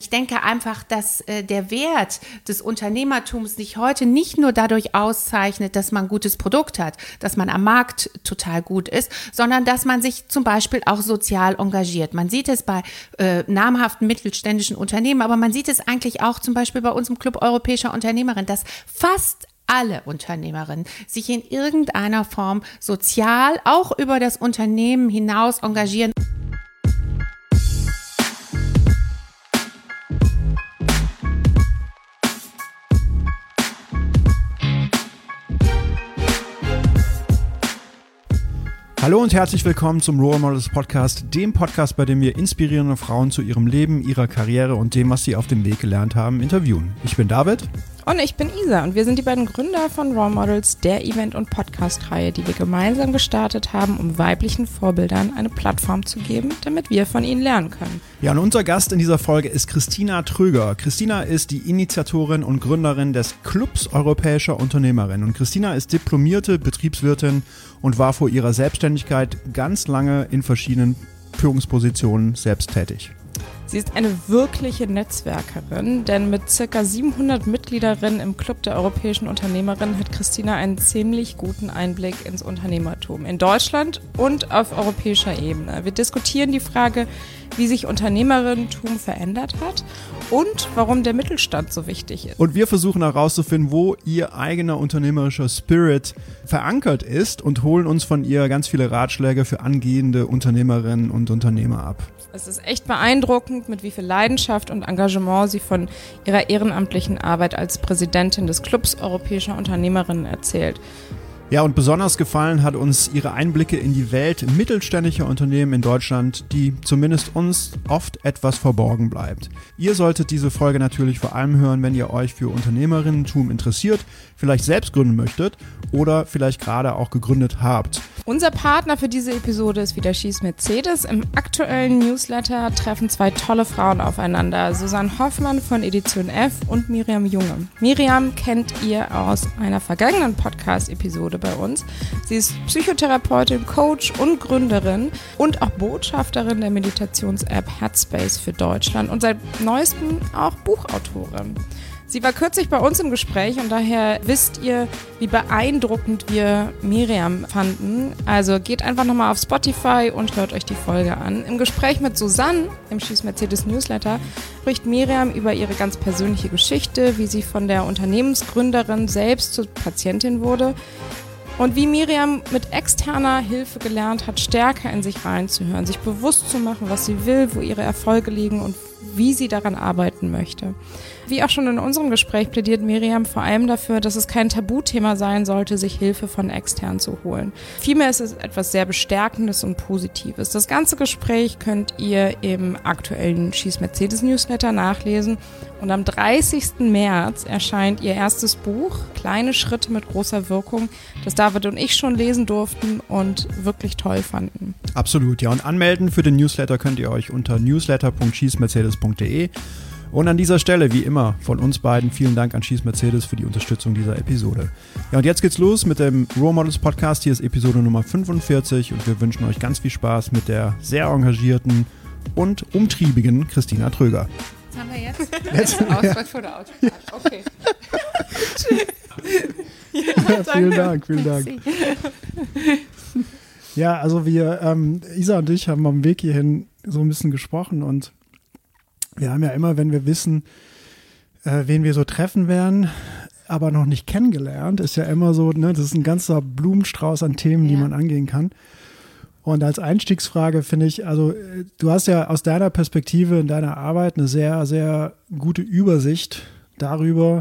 Ich denke einfach, dass der Wert des Unternehmertums sich heute nicht nur dadurch auszeichnet, dass man ein gutes Produkt hat, dass man am Markt total gut ist, sondern dass man sich zum Beispiel auch sozial engagiert. Man sieht es bei namhaften mittelständischen Unternehmen, aber man sieht es eigentlich auch zum Beispiel bei unserem Club Europäischer Unternehmerinnen, dass fast alle Unternehmerinnen sich in irgendeiner Form sozial auch über das Unternehmen hinaus engagieren. Hallo und herzlich willkommen zum Role Models Podcast, dem Podcast, bei dem wir inspirierende Frauen zu ihrem Leben, ihrer Karriere und dem, was sie auf dem Weg gelernt haben, interviewen. Ich bin David. Und ich bin Isa und wir sind die beiden Gründer von Role Models, der Event- und Podcast-Reihe, die wir gemeinsam gestartet haben, um weiblichen Vorbildern eine Plattform zu geben, damit wir von ihnen lernen können. Ja, und unser Gast in dieser Folge ist Christina Tröger. Christina ist die Initiatorin und Gründerin des Clubs Europäischer Unternehmerinnen. Und Christina ist diplomierte Betriebswirtin und war vor ihrer Selbstständigkeit ganz lange in verschiedenen Führungspositionen selbst tätig. Sie ist eine wirkliche Netzwerkerin, denn mit ca. 700 Mitgliederinnen im Club der Europäischen Unternehmerinnen hat Christina einen ziemlich guten Einblick ins Unternehmertum in Deutschland und auf europäischer Ebene. Wir diskutieren die Frage, wie sich Unternehmerinnentum verändert hat und warum der Mittelstand so wichtig ist. Und wir versuchen herauszufinden, wo ihr eigener unternehmerischer Spirit verankert ist und holen uns von ihr ganz viele Ratschläge für angehende Unternehmerinnen und Unternehmer ab. Es ist echt beeindruckend, mit wie viel Leidenschaft und Engagement sie von ihrer ehrenamtlichen Arbeit als Präsidentin des Clubs Europäischer Unternehmerinnen erzählt. Ja, und besonders gefallen hat uns ihre Einblicke in die Welt mittelständischer Unternehmen in Deutschland, die zumindest uns oft etwas verborgen bleibt. Ihr solltet diese Folge natürlich vor allem hören, wenn ihr euch für Unternehmerinnentum interessiert, vielleicht selbst gründen möchtet oder vielleicht gerade auch gegründet habt. Unser Partner für diese Episode ist wieder Schieß Mercedes. Im aktuellen Newsletter treffen zwei tolle Frauen aufeinander. Susanne Hoffmann von Edition F und Miriam Junge. Miriam kennt ihr aus einer vergangenen Podcast-Episode bei uns. Sie ist Psychotherapeutin, Coach und Gründerin und auch Botschafterin der Meditations-App Headspace für Deutschland und seit neuestem auch Buchautorin. Sie war kürzlich bei uns im Gespräch und daher wisst ihr, wie beeindruckend wir Miriam fanden. Also geht einfach nochmal auf Spotify und hört euch die Folge an. Im Gespräch mit Susanne im Schieß Mercedes Newsletter spricht Miriam über ihre ganz persönliche Geschichte, wie sie von der Unternehmensgründerin selbst zur Patientin wurde und wie Miriam mit externer Hilfe gelernt hat, stärker in sich reinzuhören, sich bewusst zu machen, was sie will, wo ihre Erfolge liegen und wie sie daran arbeiten möchte. Wie auch schon in unserem Gespräch plädiert Miriam vor allem dafür, dass es kein Tabuthema sein sollte, sich Hilfe von extern zu holen. Vielmehr ist es etwas sehr Bestärkendes und Positives. Das ganze Gespräch könnt ihr im aktuellen Schieß Mercedes Newsletter nachlesen und am 30. März erscheint ihr erstes Buch, Kleine Schritte mit großer Wirkung, das David und ich schon lesen durften und wirklich toll fanden. Absolut, ja. Und anmelden für den Newsletter könnt ihr euch unter newsletter.schießmercedes.de. Und an dieser Stelle, wie immer, von uns beiden vielen Dank an Schieß Mercedes für die Unterstützung dieser Episode. Ja, und jetzt geht's los mit dem Role Models Podcast. Hier ist Episode Nummer 45 und wir wünschen euch ganz viel Spaß mit der sehr engagierten und umtriebigen Christina Tröger. Was haben wir jetzt? Auswahl vor der Autofahrt. Okay. Ja, vielen Dank. Ja, also wir, Isa und ich haben am Weg hierhin so ein bisschen gesprochen und wir haben ja immer, wenn wir wissen, wen wir so treffen werden, aber noch nicht kennengelernt, ist ja immer so, ne, das ist ein ganzer Blumenstrauß an Themen, die man angehen kann. Und als Einstiegsfrage finde ich, also du hast ja aus deiner Perspektive in deiner Arbeit eine sehr, sehr gute Übersicht darüber,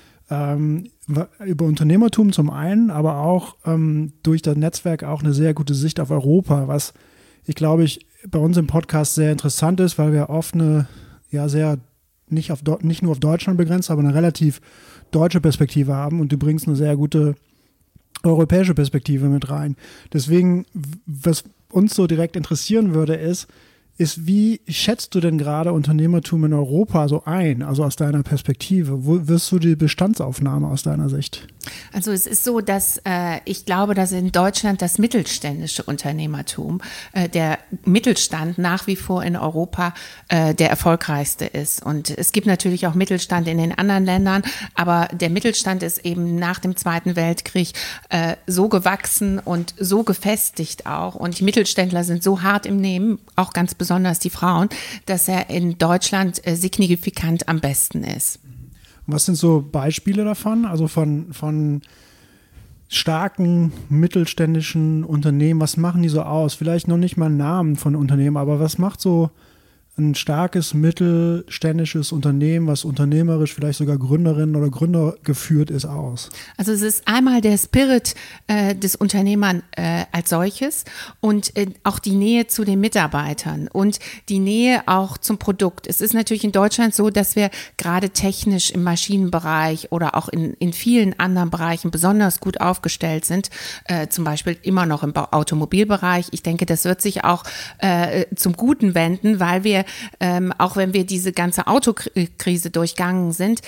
über Unternehmertum zum einen, aber auch durch das Netzwerk auch eine sehr gute Sicht auf Europa, was ich glaube, bei uns im Podcast sehr interessant ist, weil wir oft eine sehr nicht nur auf Deutschland begrenzt, aber eine relativ deutsche Perspektive haben und du bringst eine sehr gute europäische Perspektive mit rein. Deswegen, was uns so direkt interessieren würde, ist, wie schätzt du denn gerade Unternehmertum in Europa so ein, also aus deiner Perspektive? Wo wirst du die Bestandsaufnahme aus deiner Sicht? Also es ist so, dass ich glaube, dass in Deutschland das mittelständische Unternehmertum, der Mittelstand nach wie vor in Europa der erfolgreichste ist. Und es gibt natürlich auch Mittelstand in den anderen Ländern, aber der Mittelstand ist eben nach dem Zweiten Weltkrieg so gewachsen und so gefestigt auch. Und die Mittelständler sind so hart im Nehmen, auch ganz besonders die Frauen, dass er in Deutschland signifikant am besten ist. Was sind so Beispiele davon? Also von starken mittelständischen Unternehmen, was machen die so aus? Vielleicht noch nicht mal Namen von Unternehmen, aber was macht so ein starkes mittelständisches Unternehmen, was unternehmerisch vielleicht sogar Gründerinnen oder Gründer geführt ist, aus? Also es ist einmal der Spirit des Unternehmers als solches und auch die Nähe zu den Mitarbeitern und die Nähe auch zum Produkt. Es ist natürlich in Deutschland so, dass wir gerade technisch im Maschinenbereich oder auch in vielen anderen Bereichen besonders gut aufgestellt sind, zum Beispiel immer noch im Automobilbereich. Ich denke, das wird sich auch zum Guten wenden, weil wir auch wenn wir diese ganze Autokrise durchgangen sind,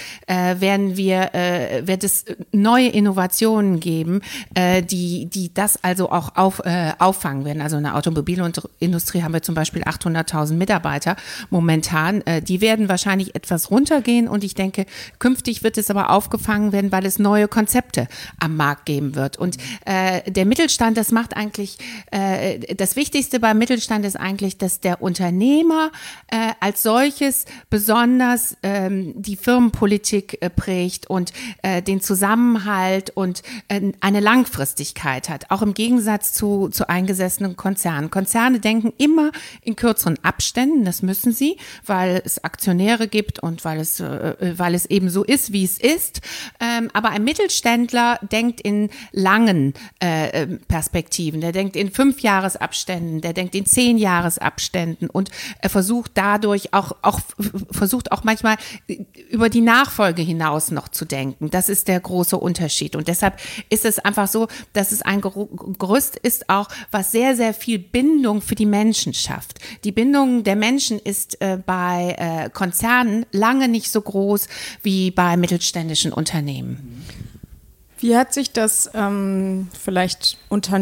wird es neue Innovationen geben, die das also auch auffangen werden. Also in der Automobilindustrie haben wir zum Beispiel 800.000 Mitarbeiter momentan. Die werden wahrscheinlich etwas runtergehen und ich denke, künftig wird es aber aufgefangen werden, weil es neue Konzepte am Markt geben wird. Und der Mittelstand, das macht eigentlich, das Wichtigste beim Mittelstand ist eigentlich, dass der Unternehmer als solches besonders die Firmenpolitik prägt und den Zusammenhalt und eine Langfristigkeit hat, auch im Gegensatz zu eingesessenen Konzernen. Konzerne denken immer in kürzeren Abständen, das müssen sie, weil es Aktionäre gibt und weil es eben so ist, wie es ist. Aber ein Mittelständler denkt in langen Perspektiven, der denkt in 5-Jahresabständen, der denkt in 10-Jahresabständen und er versucht dadurch auch manchmal über die Nachfolge hinaus noch zu denken. Das ist der große Unterschied. Und deshalb ist es einfach so, dass es ein Gerüst ist auch, was sehr, sehr viel Bindung für die Menschen schafft. Die Bindung der Menschen ist bei Konzernen lange nicht so groß wie bei mittelständischen Unternehmen. Wie hat sich das vielleicht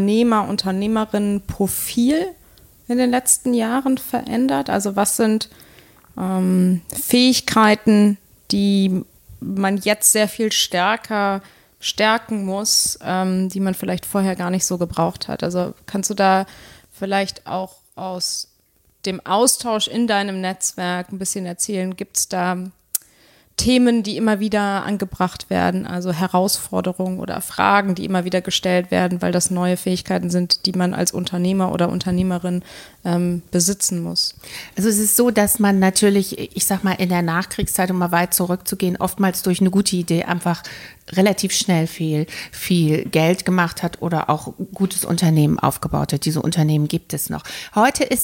Unternehmer-Unternehmerinnen-Profil in den letzten Jahren verändert? Also was sind Fähigkeiten, die man jetzt sehr viel stärker stärken muss, die man vielleicht vorher gar nicht so gebraucht hat? Also kannst du da vielleicht auch aus dem Austausch in deinem Netzwerk ein bisschen erzählen? Gibt es da Themen, die immer wieder angebracht werden, also Herausforderungen oder Fragen, die immer wieder gestellt werden, weil das neue Fähigkeiten sind, die man als Unternehmer oder Unternehmerin besitzen muss? Also es ist so, dass man natürlich, ich sag mal, in der Nachkriegszeit, um mal weit zurückzugehen, oftmals durch eine gute Idee einfach relativ schnell viel Geld gemacht hat oder auch gutes Unternehmen aufgebaut hat. Diese Unternehmen gibt es noch. Heute ist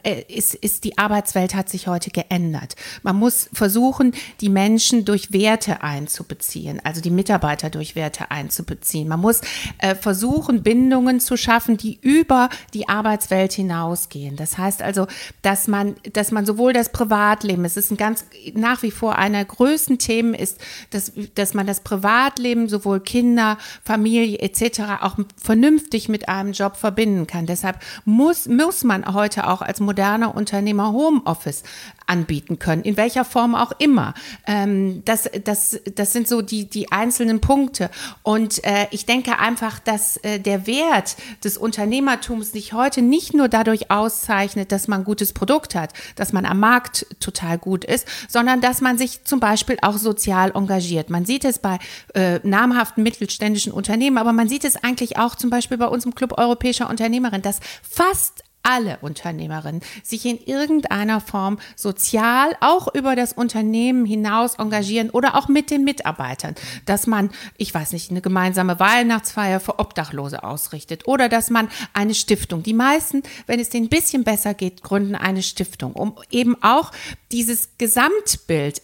die Arbeitswelt hat sich heute geändert. Man muss versuchen, die Menschen durch Werte einzubeziehen, also die Mitarbeiter durch Werte einzubeziehen. Man muss versuchen, Bindungen zu schaffen, die über die Arbeitswelt hinausgehen. Das heißt also, dass man sowohl das Privatleben, es ist nach wie vor einer der größten Themen ist, dass man das Privatleben, sowohl Kinder, Familie etc. auch vernünftig mit einem Job verbinden kann. Deshalb muss man heute auch als moderner Unternehmer Homeoffice anbieten können, in welcher Form auch immer. Das sind so die einzelnen Punkte. Und ich denke einfach, dass der Wert des Unternehmertums sich heute nicht nur dadurch auszeichnet, dass man ein gutes Produkt hat, dass man am Markt total gut ist, sondern dass man sich zum Beispiel auch sozial engagiert. Man sieht es bei namhaften mittelständischen Unternehmen, aber man sieht es eigentlich auch zum Beispiel bei unserem Club Europäischer Unternehmerinnen, dass fast alle Unternehmerinnen sich in irgendeiner Form sozial auch über das Unternehmen hinaus engagieren oder auch mit den Mitarbeitern, dass man, ich weiß nicht, eine gemeinsame Weihnachtsfeier für Obdachlose ausrichtet oder dass man eine Stiftung, die meisten, wenn es denen ein bisschen besser geht, gründen eine Stiftung, um eben auch dieses Gesamtbild,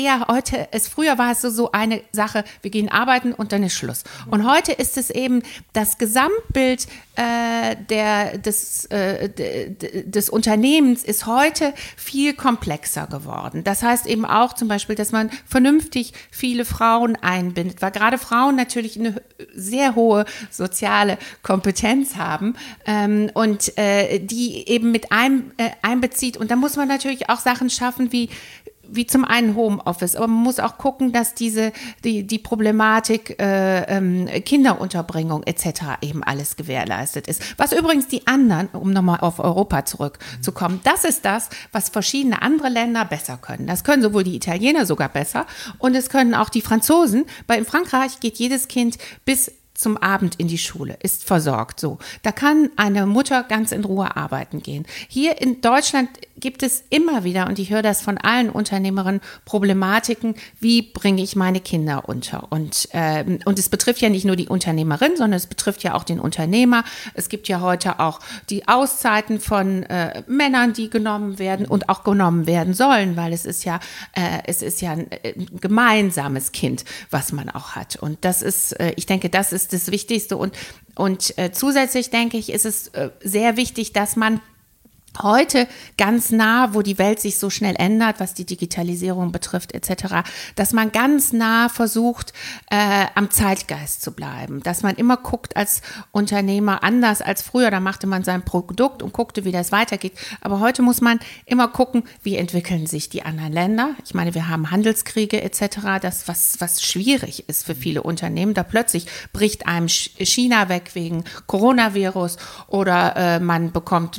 früher war es so eine Sache, wir gehen arbeiten und dann ist Schluss. Und heute ist es eben das Gesamtbild des Unternehmens ist heute viel komplexer geworden. Das heißt eben auch zum Beispiel, dass man vernünftig viele Frauen einbindet, weil gerade Frauen natürlich eine sehr hohe soziale Kompetenz haben und die eben mit einbezieht. Und da muss man natürlich auch Sachen schaffen wie zum einen Homeoffice, aber man muss auch gucken, dass die Problematik Kinderunterbringung etc. eben alles gewährleistet ist. Was übrigens die anderen, um nochmal auf Europa zurückzukommen, das ist das, was verschiedene andere Länder besser können. Das können sowohl die Italiener sogar besser und es können auch die Franzosen, weil in Frankreich geht jedes Kind bis zum Abend in die Schule, ist versorgt. So, da kann eine Mutter ganz in Ruhe arbeiten gehen. Hier in Deutschland gibt es immer wieder, und ich höre das von allen Unternehmerinnen, Problematiken, wie bringe ich meine Kinder unter? Und es betrifft ja nicht nur die Unternehmerin, sondern es betrifft ja auch den Unternehmer. Es gibt ja heute auch die Auszeiten von Männern, die genommen werden und auch genommen werden sollen, weil es ist ja ein gemeinsames Kind, was man auch hat. Und das ist, ich denke, das ist das Wichtigste. Und zusätzlich denke ich, ist es sehr wichtig, dass man heute ganz nah, wo die Welt sich so schnell ändert, was die Digitalisierung betrifft etc., dass man ganz nah versucht, am Zeitgeist zu bleiben, dass man immer guckt als Unternehmer anders als früher, da machte man sein Produkt und guckte, wie das weitergeht, aber heute muss man immer gucken, wie entwickeln sich die anderen Länder. Ich meine, wir haben Handelskriege etc., das was schwierig ist für viele Unternehmen, da plötzlich bricht einem China weg wegen Coronavirus oder man bekommt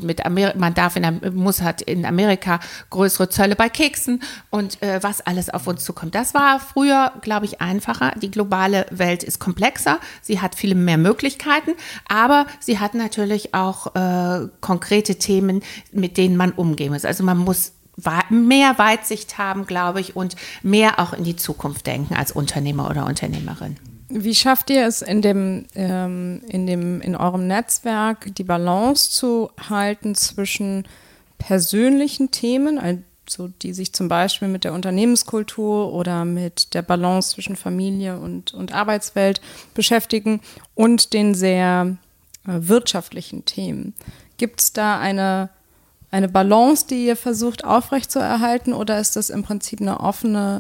hat in Amerika größere Zölle bei Keksen und was alles auf uns zukommt. Das war früher, glaube ich, einfacher. Die globale Welt ist komplexer, sie hat viele mehr Möglichkeiten, aber sie hat natürlich auch konkrete Themen, mit denen man umgehen muss. Also man muss mehr Weitsicht haben, glaube ich, und mehr auch in die Zukunft denken als Unternehmer oder Unternehmerin. Wie schafft ihr es in eurem Netzwerk die Balance zu halten zwischen persönlichen Themen, also die sich zum Beispiel mit der Unternehmenskultur oder mit der Balance zwischen Familie und Arbeitswelt beschäftigen und den sehr wirtschaftlichen Themen? Gibt es da eine Balance, die ihr versucht aufrechtzuerhalten, oder ist das im Prinzip ein offener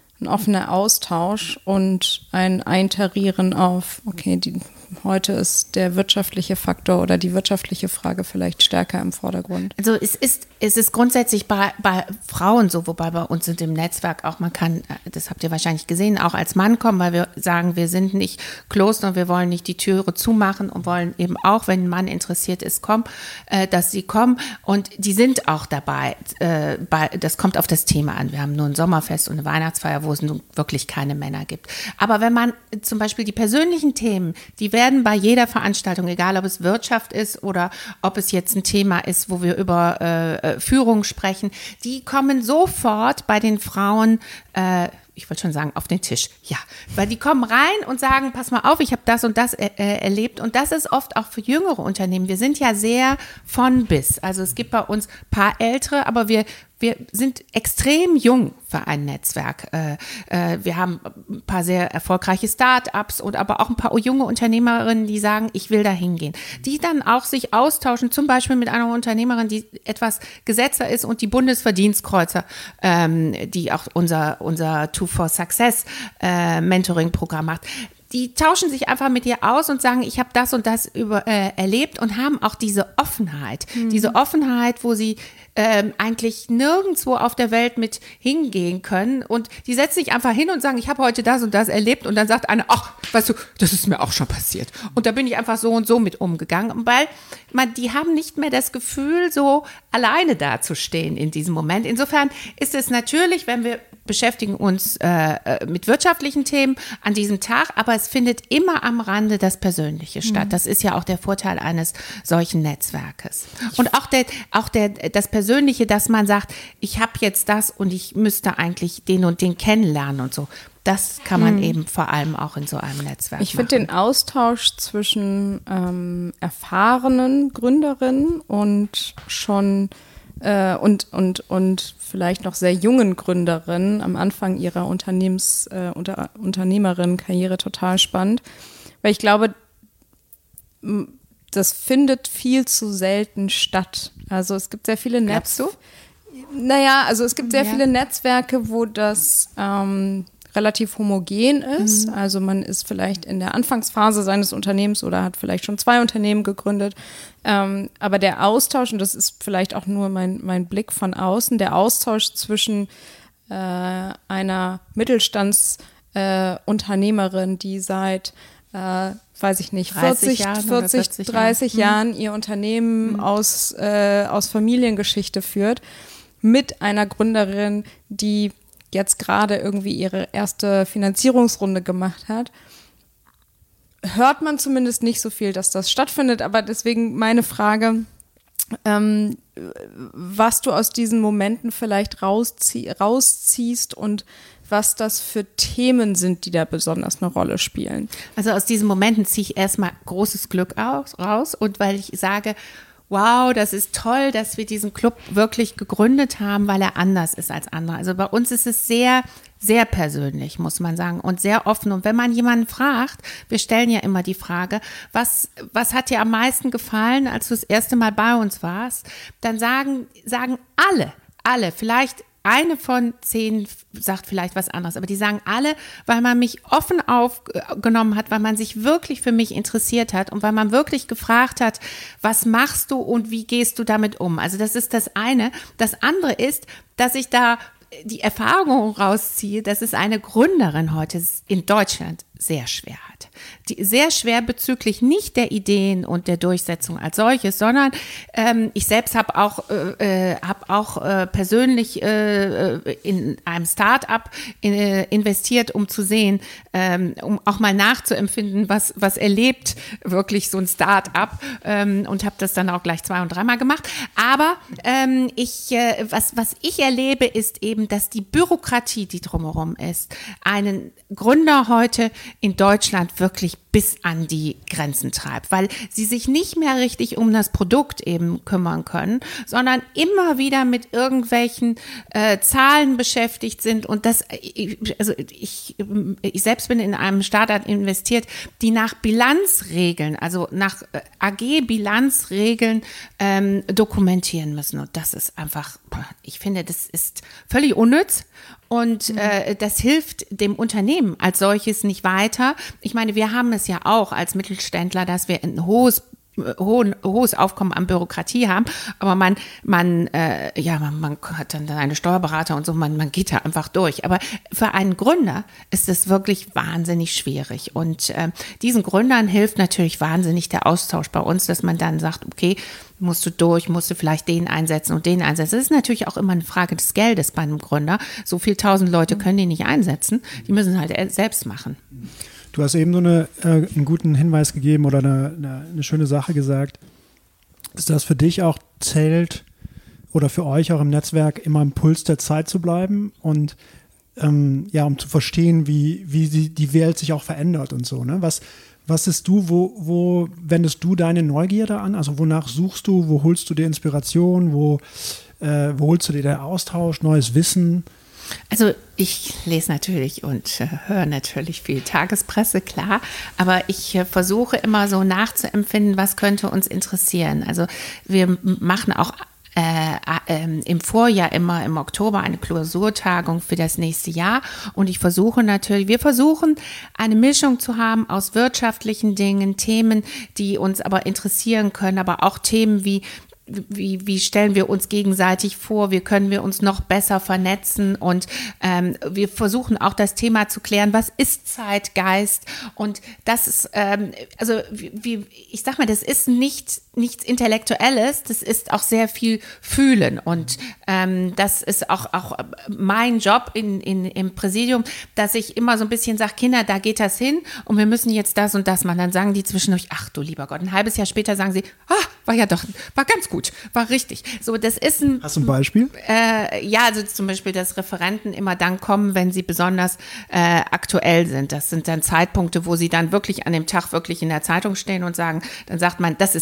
Austausch und ein Eintarieren auf, okay, heute ist der wirtschaftliche Faktor oder die wirtschaftliche Frage vielleicht stärker im Vordergrund? Also es ist grundsätzlich bei Frauen so, wobei bei uns sind im Netzwerk auch, man kann, das habt ihr wahrscheinlich gesehen, auch als Mann kommen, weil wir sagen, wir sind nicht Kloster und wir wollen nicht die Türe zumachen und wollen eben auch, wenn ein Mann interessiert ist, dass sie kommen und die sind auch dabei. Das kommt auf das Thema an. Wir haben nur ein Sommerfest und eine Weihnachtsfeier, wo es nun wirklich keine Männer gibt. Aber wenn man zum Beispiel die persönlichen Themen, die werden bei jeder Veranstaltung, egal ob es Wirtschaft ist oder ob es jetzt ein Thema ist, wo wir über Führung sprechen, die kommen sofort bei den Frauen, ich wollte schon sagen, auf den Tisch. Ja, weil die kommen rein und sagen, pass mal auf, ich habe das und das erlebt. Und das ist oft auch für jüngere Unternehmen. Wir sind ja sehr von bis. Also es gibt bei uns ein paar Ältere, aber wir sind extrem jung für ein Netzwerk. Wir haben ein paar sehr erfolgreiche Start-ups und aber auch ein paar junge Unternehmerinnen, die sagen, ich will da hingehen. Die dann auch sich austauschen, zum Beispiel mit einer Unternehmerin, die etwas gesetzter ist und die Bundesverdienstkreuzer, die auch unser Two for Success Mentoring-Programm macht. Die tauschen sich einfach mit dir aus und sagen, ich habe das und das erlebt und haben auch diese Offenheit. Diese Offenheit, wo sie eigentlich nirgendwo auf der Welt mit hingehen können. Und die setzen sich einfach hin und sagen, ich habe heute das und das erlebt. Und dann sagt einer, ach, weißt du, das ist mir auch schon passiert. Und da bin ich einfach so und so mit umgegangen. Weil die haben nicht mehr das Gefühl, so alleine dazustehen in diesem Moment. Insofern ist es natürlich, wenn wir beschäftigen uns mit wirtschaftlichen Themen an diesem Tag, aber es findet immer am Rande das Persönliche statt. Das ist ja auch der Vorteil eines solchen Netzwerkes. Und auch das Persönliche, dass man sagt, ich habe jetzt das und ich müsste eigentlich den und den kennenlernen und so. Das kann man eben vor allem auch in so einem Netzwerk machen. Ich finde den Austausch zwischen erfahrenen Gründerinnen und schon und vielleicht noch sehr jungen Gründerinnen am Anfang ihrer Unternehmerinnenkarriere total spannend, weil ich glaube, das findet viel zu selten statt. Also es gibt sehr viele es gibt sehr viele Netzwerke, wo das relativ homogen ist. Also man ist vielleicht in der Anfangsphase seines Unternehmens oder hat vielleicht schon 2 Unternehmen gegründet. Aber der Austausch, und das ist vielleicht auch nur mein Blick von außen, der Austausch zwischen einer Mittelstandsunternehmerin, die seit, weiß ich nicht, 30 Jahren ihr Unternehmen aus Familiengeschichte führt, mit einer Gründerin, die jetzt gerade irgendwie ihre erste Finanzierungsrunde gemacht hat, hört man zumindest nicht so viel, dass das stattfindet. Aber deswegen meine Frage, was du aus diesen Momenten vielleicht rausziehst und was das für Themen sind, die da besonders eine Rolle spielen. Also aus diesen Momenten ziehe ich erstmal großes Glück raus, und weil ich sage, wow, das ist toll, dass wir diesen Club wirklich gegründet haben, weil er anders ist als andere. Also bei uns ist es sehr, sehr persönlich, muss man sagen, und sehr offen. Und wenn man jemanden fragt, wir stellen ja immer die Frage, was hat dir am meisten gefallen, als du das erste Mal bei uns warst, dann sagen alle, vielleicht eine von 10 sagt vielleicht was anderes, aber die sagen alle, weil man mich offen aufgenommen hat, weil man sich wirklich für mich interessiert hat und weil man wirklich gefragt hat, was machst du und wie gehst du damit um? Also das ist das eine. Das andere ist, dass ich da die Erfahrung rausziehe, dass es eine Gründerin heute in Deutschland sehr schwer hat. Sehr schwer bezüglich nicht der Ideen und der Durchsetzung als solches, sondern ich selbst habe auch persönlich in einem Start-up investiert, um zu sehen, um auch mal nachzuempfinden, was erlebt wirklich so ein Start-up, und habe das dann auch gleich 2- und 3-mal gemacht. Aber was ich erlebe, ist eben, dass die Bürokratie, die drumherum ist, einen Gründer heute in Deutschland wirklich bis an die Grenzen treibt, weil sie sich nicht mehr richtig um das Produkt eben kümmern können, sondern immer wieder mit irgendwelchen Zahlen beschäftigt sind. Und ich selbst bin in einem Startup investiert, die nach Bilanzregeln, also nach AG-Bilanzregeln dokumentieren müssen. Und das ist einfach, ich finde, das ist völlig unnütz. Und das hilft dem Unternehmen als solches nicht weiter. Ich meine, wir haben es ja auch als Mittelständler, dass wir ein hohes Aufkommen an Bürokratie haben, aber man hat dann eine Steuerberater und so, man geht da einfach durch. Aber für einen Gründer ist es wirklich wahnsinnig schwierig, und diesen Gründern hilft natürlich wahnsinnig der Austausch bei uns, dass man dann sagt, okay, musst du vielleicht den einsetzen und den einsetzen. Das ist natürlich auch immer eine Frage des Geldes bei einem Gründer. So viel 1000 Leute können die nicht einsetzen, die müssen halt selbst machen. Du hast eben so einen guten Hinweis gegeben oder eine schöne Sache gesagt, dass das für dich auch zählt oder für euch auch im Netzwerk immer im Puls der Zeit zu bleiben und um zu verstehen, wie die Welt sich auch verändert und so. Ne? Was ist wo wendest du deine Neugierde an? Also wonach suchst du, wo holst du dir Inspiration, wo holst du dir den Austausch, neues Wissen? Also ich lese natürlich und höre natürlich viel Tagespresse, klar, aber ich versuche immer so nachzuempfinden, was könnte uns interessieren. Also wir machen auch im Vorjahr immer im Oktober eine Klausurtagung für das nächste Jahr, und wir versuchen eine Mischung zu haben aus wirtschaftlichen Dingen, Themen, die uns aber interessieren können, aber auch Themen wie stellen wir uns gegenseitig vor, wie können wir uns noch besser vernetzen, und wir versuchen auch das Thema zu klären, was ist Zeitgeist, und das ist, ich sag mal, das ist nichts Intellektuelles, das ist auch sehr viel Fühlen, und das ist auch mein Job im Präsidium, dass ich immer so ein bisschen sage, Kinder, da geht das hin und wir müssen jetzt das und das machen, dann sagen die zwischendurch, ach du lieber Gott, ein halbes Jahr später sagen sie, war ganz gut, war richtig. So, das ist Hast du ein Beispiel? Also zum Beispiel, dass Referenten immer dann kommen, wenn sie besonders aktuell sind. Das sind dann Zeitpunkte, wo sie dann wirklich an dem Tag wirklich in der Zeitung stehen und sagen, dann sagt man, das ist natürlich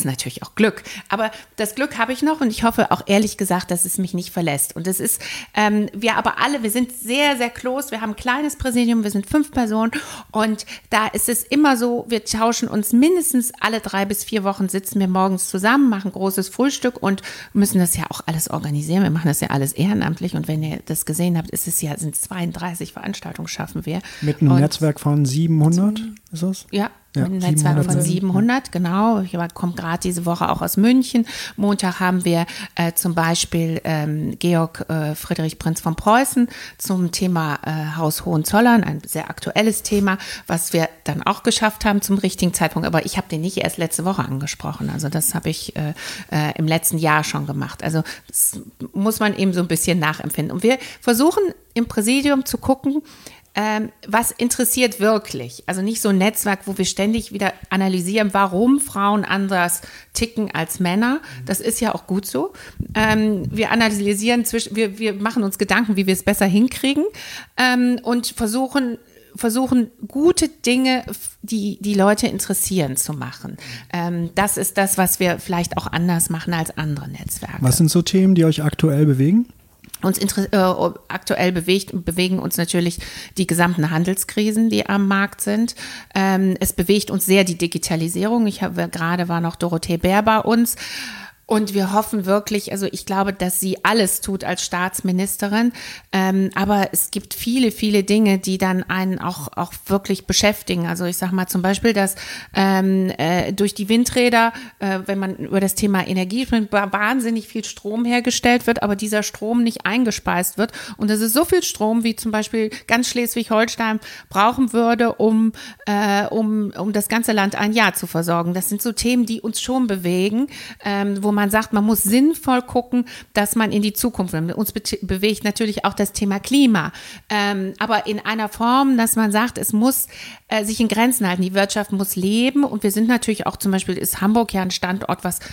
natürlich auch Glück. Aber das Glück habe ich noch und ich hoffe auch ehrlich gesagt, dass es mich nicht verlässt. Und es ist, wir sind sehr, sehr close. Wir haben ein kleines Präsidium, wir sind 5 Personen und da ist es immer so, wir tauschen uns mindestens alle 3 bis 4 Wochen, sitzen wir morgens zusammen, machen großes Frühstück und müssen das ja auch alles organisieren. Wir machen das ja alles ehrenamtlich und wenn ihr das gesehen habt, sind 32 Veranstaltungen schaffen wir. Mit einem Netzwerk von 700 ist das? Ja. Ein Netzwerk von 700, genau. Ich komme gerade diese Woche auch aus München. Montag haben wir zum Beispiel Georg Friedrich Prinz von Preußen zum Thema Haus Hohenzollern, ein sehr aktuelles Thema, was wir dann auch geschafft haben zum richtigen Zeitpunkt. Aber ich habe den nicht erst letzte Woche angesprochen. Also das habe ich im letzten Jahr schon gemacht. Also das muss man eben so ein bisschen nachempfinden. Und wir versuchen im Präsidium zu gucken, was interessiert wirklich? Also nicht so ein Netzwerk, wo wir ständig wieder analysieren, warum Frauen anders ticken als Männer. Das ist ja auch gut so. Wir analysieren, wir machen uns Gedanken, wie wir es besser hinkriegen und versuchen gute Dinge, die Leute interessieren, zu machen. Das ist das, was wir vielleicht auch anders machen als andere Netzwerke. Was sind so Themen, die euch aktuell bewegen? Aktuell bewegen uns natürlich die gesamten Handelskrisen, die am Markt sind. Es bewegt uns sehr die Digitalisierung. War noch Dorothee Bär bei uns. Und wir hoffen wirklich, also ich glaube, dass sie alles tut als Staatsministerin, aber es gibt viele, viele Dinge, die dann einen auch wirklich beschäftigen. Also ich sage mal zum Beispiel, dass durch die Windräder, wenn man über das Thema Energie spricht, wahnsinnig viel Strom hergestellt wird, aber dieser Strom nicht eingespeist wird. Und das ist so viel Strom, wie zum Beispiel ganz Schleswig-Holstein brauchen würde, um das ganze Land ein Jahr zu versorgen. Das sind so Themen, die uns schon bewegen, wo man sagt, man muss sinnvoll gucken, dass man in die Zukunft will. Uns bewegt natürlich auch das Thema Klima, aber in einer Form, dass man sagt, es muss sich in Grenzen halten. Die Wirtschaft muss leben und wir sind natürlich auch, zum Beispiel ist Hamburg ja ein Standort, was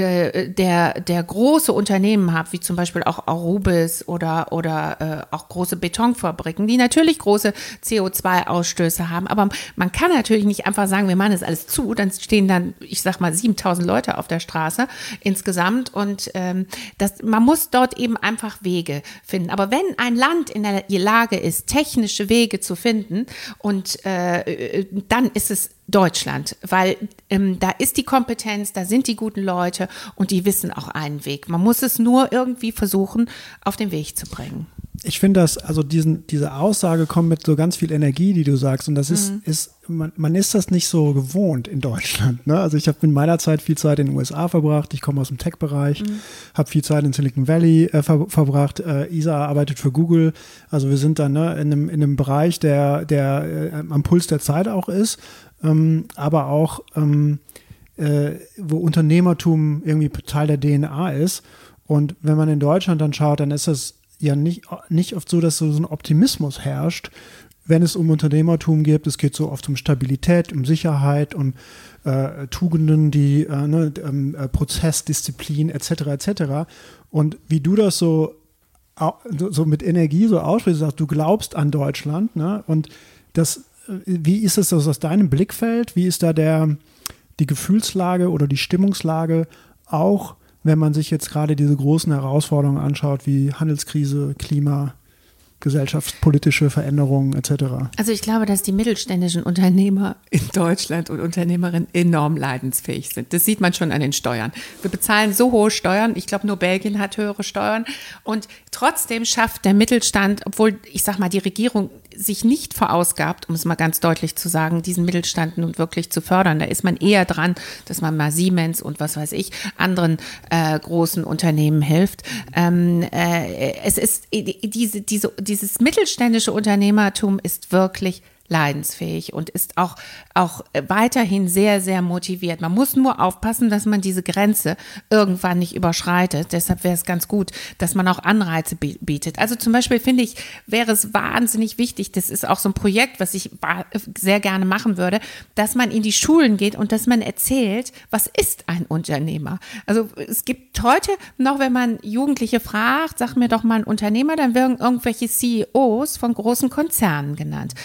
der große Unternehmen hat, wie zum Beispiel auch Arubis oder auch große Betonfabriken, die natürlich große CO2-Ausstöße haben, aber man kann natürlich nicht einfach sagen, wir machen das alles zu, dann stehen dann, ich sag mal, 7.000 Leute auf der Straße insgesamt und man muss dort eben einfach Wege finden. Aber wenn ein Land in der Lage ist, technische Wege zu finden und dann ist es Deutschland, weil da ist die Kompetenz, da sind die guten Leute und die wissen auch einen Weg. Man muss es nur irgendwie versuchen, auf den Weg zu bringen. Ich finde diese Aussage kommt mit so ganz viel Energie, die du sagst, und das man ist das nicht so gewohnt in Deutschland, ne? Also ich habe in meiner Zeit viel Zeit in den USA verbracht, ich komme aus dem Tech-Bereich, habe viel Zeit in Silicon Valley verbracht, Isa arbeitet für Google, also wir sind dann in einem Bereich, der am Puls der Zeit auch ist, aber auch wo Unternehmertum irgendwie Teil der DNA ist, und wenn man in Deutschland dann schaut, dann ist das ja nicht oft so, dass so ein Optimismus herrscht, wenn es um Unternehmertum geht. Es geht so oft um Stabilität, um Sicherheit, um Tugenden, die Prozessdisziplin etc. etc. Und wie du das so mit Energie so aussprichst, sagst, du glaubst an Deutschland, ne? Und wie ist es aus deinem Blickfeld? Wie ist da die Gefühlslage oder die Stimmungslage auch, wenn man sich jetzt gerade diese großen Herausforderungen anschaut, wie Handelskrise, Klima, gesellschaftspolitische Veränderungen etc.? Also ich glaube, dass die mittelständischen Unternehmer in Deutschland und Unternehmerinnen enorm leidensfähig sind. Das sieht man schon an den Steuern. Wir bezahlen so hohe Steuern. Ich glaube, nur Belgien hat höhere Steuern. Und trotzdem schafft der Mittelstand, obwohl, ich sag mal, die Regierung sich nicht verausgabt, um es mal ganz deutlich zu sagen, diesen Mittelstand nun wirklich zu fördern. Da ist man eher dran, dass man mal Siemens und was weiß ich, anderen großen Unternehmen hilft. Es ist dieses mittelständische Unternehmertum ist wirklich leidensfähig und ist auch weiterhin sehr, sehr motiviert. Man muss nur aufpassen, dass man diese Grenze irgendwann nicht überschreitet. Deshalb wäre es ganz gut, dass man auch Anreize bietet. Also zum Beispiel finde ich, wäre es wahnsinnig wichtig, das ist auch so ein Projekt, was ich sehr gerne machen würde, dass man in die Schulen geht und dass man erzählt, was ist ein Unternehmer? Also es gibt heute noch, wenn man Jugendliche fragt, sag mir doch mal ein Unternehmer, dann werden irgendwelche CEOs von großen Konzernen genannt. Das ist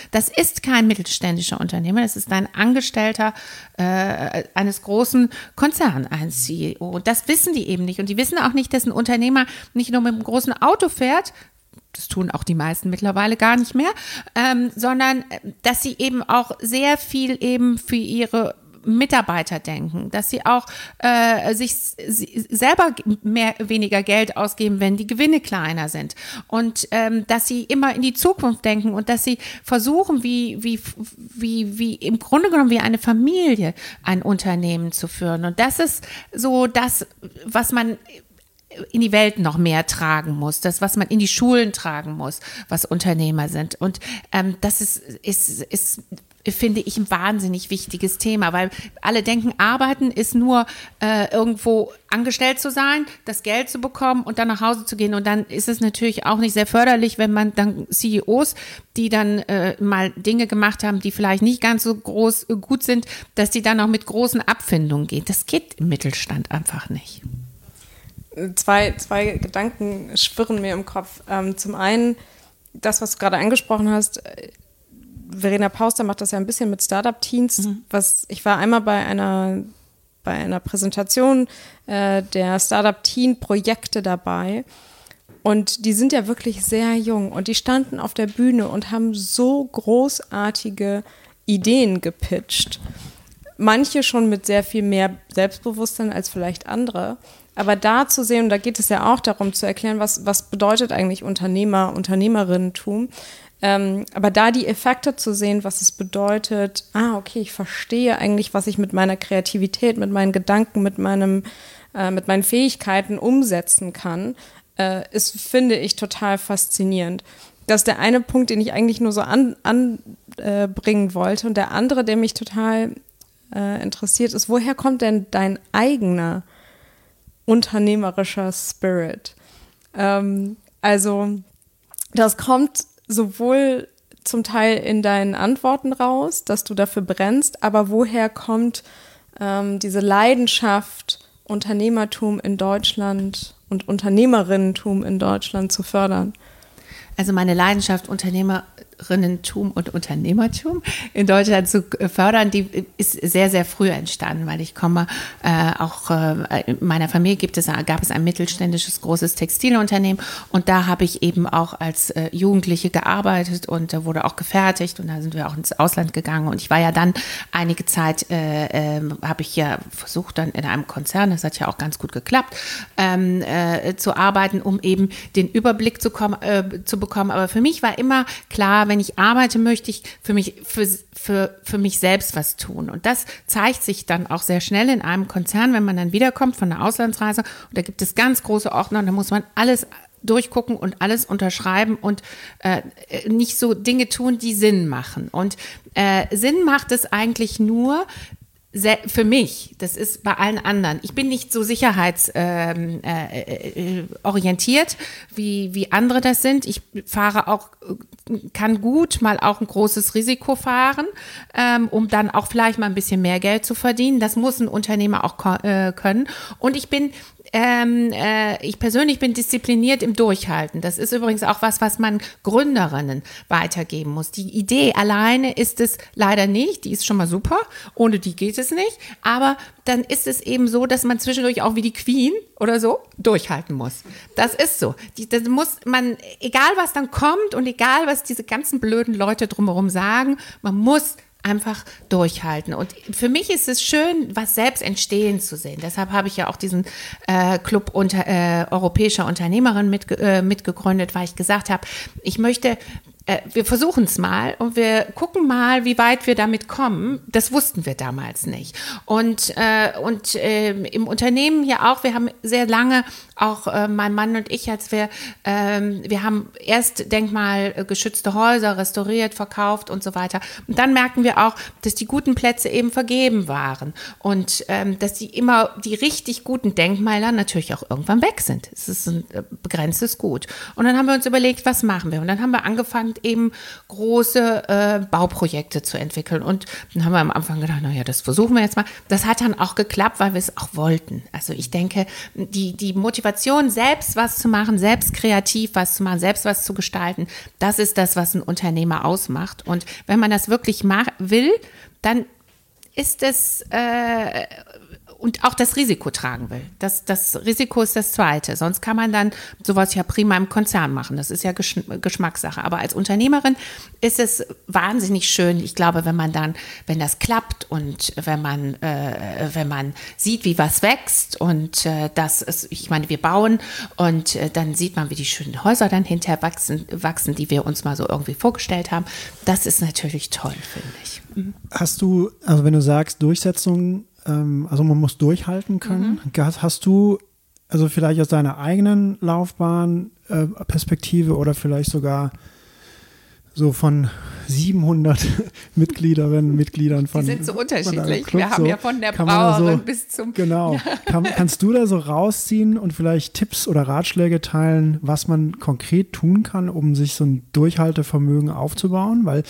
ist kein mittelständischer Unternehmer, das ist ein Angestellter eines großen Konzerns, ein CEO. Und das wissen die eben nicht. Und die wissen auch nicht, dass ein Unternehmer nicht nur mit einem großen Auto fährt, das tun auch die meisten mittlerweile gar nicht mehr, sondern dass sie eben auch sehr viel eben für ihre Mitarbeiter denken, dass sie auch sich selber weniger Geld ausgeben, wenn die Gewinne kleiner sind und dass sie immer in die Zukunft denken und dass sie versuchen, wie im Grunde genommen wie eine Familie ein Unternehmen zu führen. Und das ist so das, was man in die Welt noch mehr tragen muss, das, was man in die Schulen tragen muss, was Unternehmer sind. Und das ist finde ich, ein wahnsinnig wichtiges Thema, weil alle denken, arbeiten ist nur irgendwo angestellt zu sein, das Geld zu bekommen und dann nach Hause zu gehen. Und dann ist es natürlich auch nicht sehr förderlich, wenn man dann CEOs, die dann mal Dinge gemacht haben, die vielleicht nicht ganz so gut sind, dass die dann auch mit großen Abfindungen gehen. Das geht im Mittelstand einfach nicht. Zwei Gedanken schwirren mir im Kopf. Zum einen, das, was du gerade angesprochen hast, Verena Pauster macht das ja ein bisschen mit Startup-Teens. Ich war einmal bei einer Präsentation der Startup-Teen-Projekte dabei und die sind ja wirklich sehr jung und die standen auf der Bühne und haben so großartige Ideen gepitcht. Manche schon mit sehr viel mehr Selbstbewusstsein als vielleicht andere. Aber da zu sehen, und da geht es ja auch darum zu erklären, was bedeutet eigentlich Unternehmerinnentum, aber da die Effekte zu sehen, was es bedeutet, okay, ich verstehe eigentlich, was ich mit meiner Kreativität, mit meinen Gedanken, mit meinen Fähigkeiten umsetzen kann, ist, finde ich, total faszinierend. Das ist der eine Punkt, den ich eigentlich nur so anbringen wollte. Und der andere, der mich total interessiert, ist, woher kommt denn dein eigener unternehmerischer Spirit? Also, das kommt sowohl zum Teil in deinen Antworten raus, dass du dafür brennst, aber woher kommt diese Leidenschaft, Unternehmertum in Deutschland und Unternehmerinnentum in Deutschland zu fördern? Also meine Leidenschaft, Unternehmerinnentum und Unternehmertum in Deutschland zu fördern, die ist sehr, sehr früh entstanden, weil ich komme in meiner Familie gab es ein mittelständisches großes Textilunternehmen und da habe ich eben auch als Jugendliche gearbeitet und da wurde auch gefertigt und da sind wir auch ins Ausland gegangen und ich war ja dann einige Zeit, habe ich ja versucht dann in einem Konzern, das hat ja auch ganz gut geklappt, zu arbeiten, um eben den Überblick zu bekommen. Aber für mich war immer klar, wenn ich arbeite, möchte ich für mich selbst was tun. Und das zeigt sich dann auch sehr schnell in einem Konzern, wenn man dann wiederkommt von einer Auslandsreise. Und da gibt es ganz große Ordner und da muss man alles durchgucken und alles unterschreiben und nicht so Dinge tun, die Sinn machen. Und Sinn macht es eigentlich nur, für mich, das ist bei allen anderen. Ich bin nicht so sicherheitsorientiert, wie andere das sind. Ich kann gut mal auch ein großes Risiko fahren, um dann auch vielleicht mal ein bisschen mehr Geld zu verdienen. Das muss ein Unternehmer auch können. Und ich persönlich bin diszipliniert im Durchhalten. Das ist übrigens auch was man Gründerinnen weitergeben muss. Die Idee alleine ist es leider nicht. Die ist schon mal super. Ohne die geht es nicht. Aber dann ist es eben so, dass man zwischendurch auch wie die Queen oder so durchhalten muss. Das ist so. Das muss man, egal was dann kommt und egal was diese ganzen blöden Leute drumherum sagen, man muss einfach durchhalten. Und für mich ist es schön, was selbst entstehen zu sehen. Deshalb habe ich ja auch diesen Club europäischer Unternehmerinnen mitgegründet, weil ich gesagt habe, wir versuchen es mal und wir gucken mal, wie weit wir damit kommen. Das wussten wir damals nicht. Und im Unternehmen hier auch, wir haben sehr lange, auch mein Mann und ich, wir haben erst denkmalgeschützte Häuser restauriert, verkauft und so weiter. Und dann merken wir auch, dass die guten Plätze eben vergeben waren und dass die richtig guten Denkmäler natürlich auch irgendwann weg sind. Es ist ein begrenztes Gut. Und dann haben wir uns überlegt, was machen wir? Und dann haben wir angefangen, und eben große Bauprojekte zu entwickeln. Und dann haben wir am Anfang gedacht, naja, das versuchen wir jetzt mal. Das hat dann auch geklappt, weil wir es auch wollten. Also ich denke, die Motivation, selbst was zu machen, selbst kreativ was zu machen, selbst was zu gestalten, das ist das, was ein Unternehmer ausmacht. Und wenn man das wirklich will, dann ist es und auch das Risiko tragen will. Das Risiko ist das Zweite. Sonst kann man dann sowas ja prima im Konzern machen. Das ist ja Geschmackssache. Aber als Unternehmerin ist es wahnsinnig schön. Ich glaube, wenn das klappt und wenn man sieht, wie was wächst und ich meine, wir bauen und dann sieht man, wie die schönen Häuser dann hinterher wachsen, die wir uns mal so irgendwie vorgestellt haben. Das ist natürlich toll, finde ich. Hast du, also wenn du sagst Durchsetzung, also man muss durchhalten können, hast du, also vielleicht aus deiner eigenen Laufbahn Perspektive oder vielleicht sogar so von 700 Mitgliedern von. Die sind so unterschiedlich. Club, wir haben ja von der Brauerin bis zum. Genau. Kannst du da so rausziehen und vielleicht Tipps oder Ratschläge teilen, was man konkret tun kann, um sich so ein Durchhaltevermögen aufzubauen? Weil,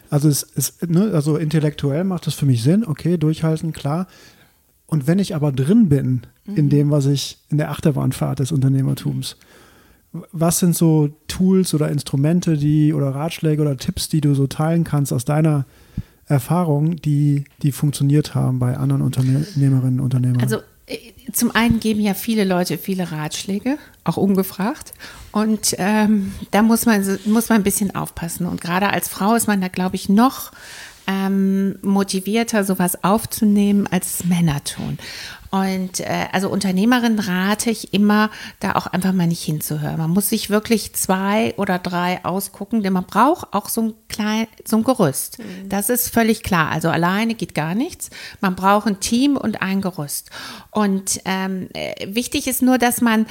also intellektuell macht das für mich Sinn, okay, durchhalten, klar. Und wenn ich aber drin bin in dem, was ich in der Achterbahnfahrt des Unternehmertums, was sind so Tools oder Instrumente, oder Ratschläge oder Tipps, die du so teilen kannst aus deiner Erfahrung, die funktioniert haben bei anderen Unternehmerinnen und Unternehmern? Also zum einen geben ja viele Leute viele Ratschläge, auch ungefragt. Und da muss man ein bisschen aufpassen. Und gerade als Frau ist man da, glaube ich, noch motivierter, sowas aufzunehmen, als Männer tun. Und also Unternehmerin rate ich immer, da auch einfach mal nicht hinzuhören. Man muss sich wirklich 2 oder 3 ausgucken, denn man braucht auch so ein Gerüst. Das ist völlig klar. Also alleine geht gar nichts. Man braucht ein Team und ein Gerüst. Und wichtig ist nur, dass man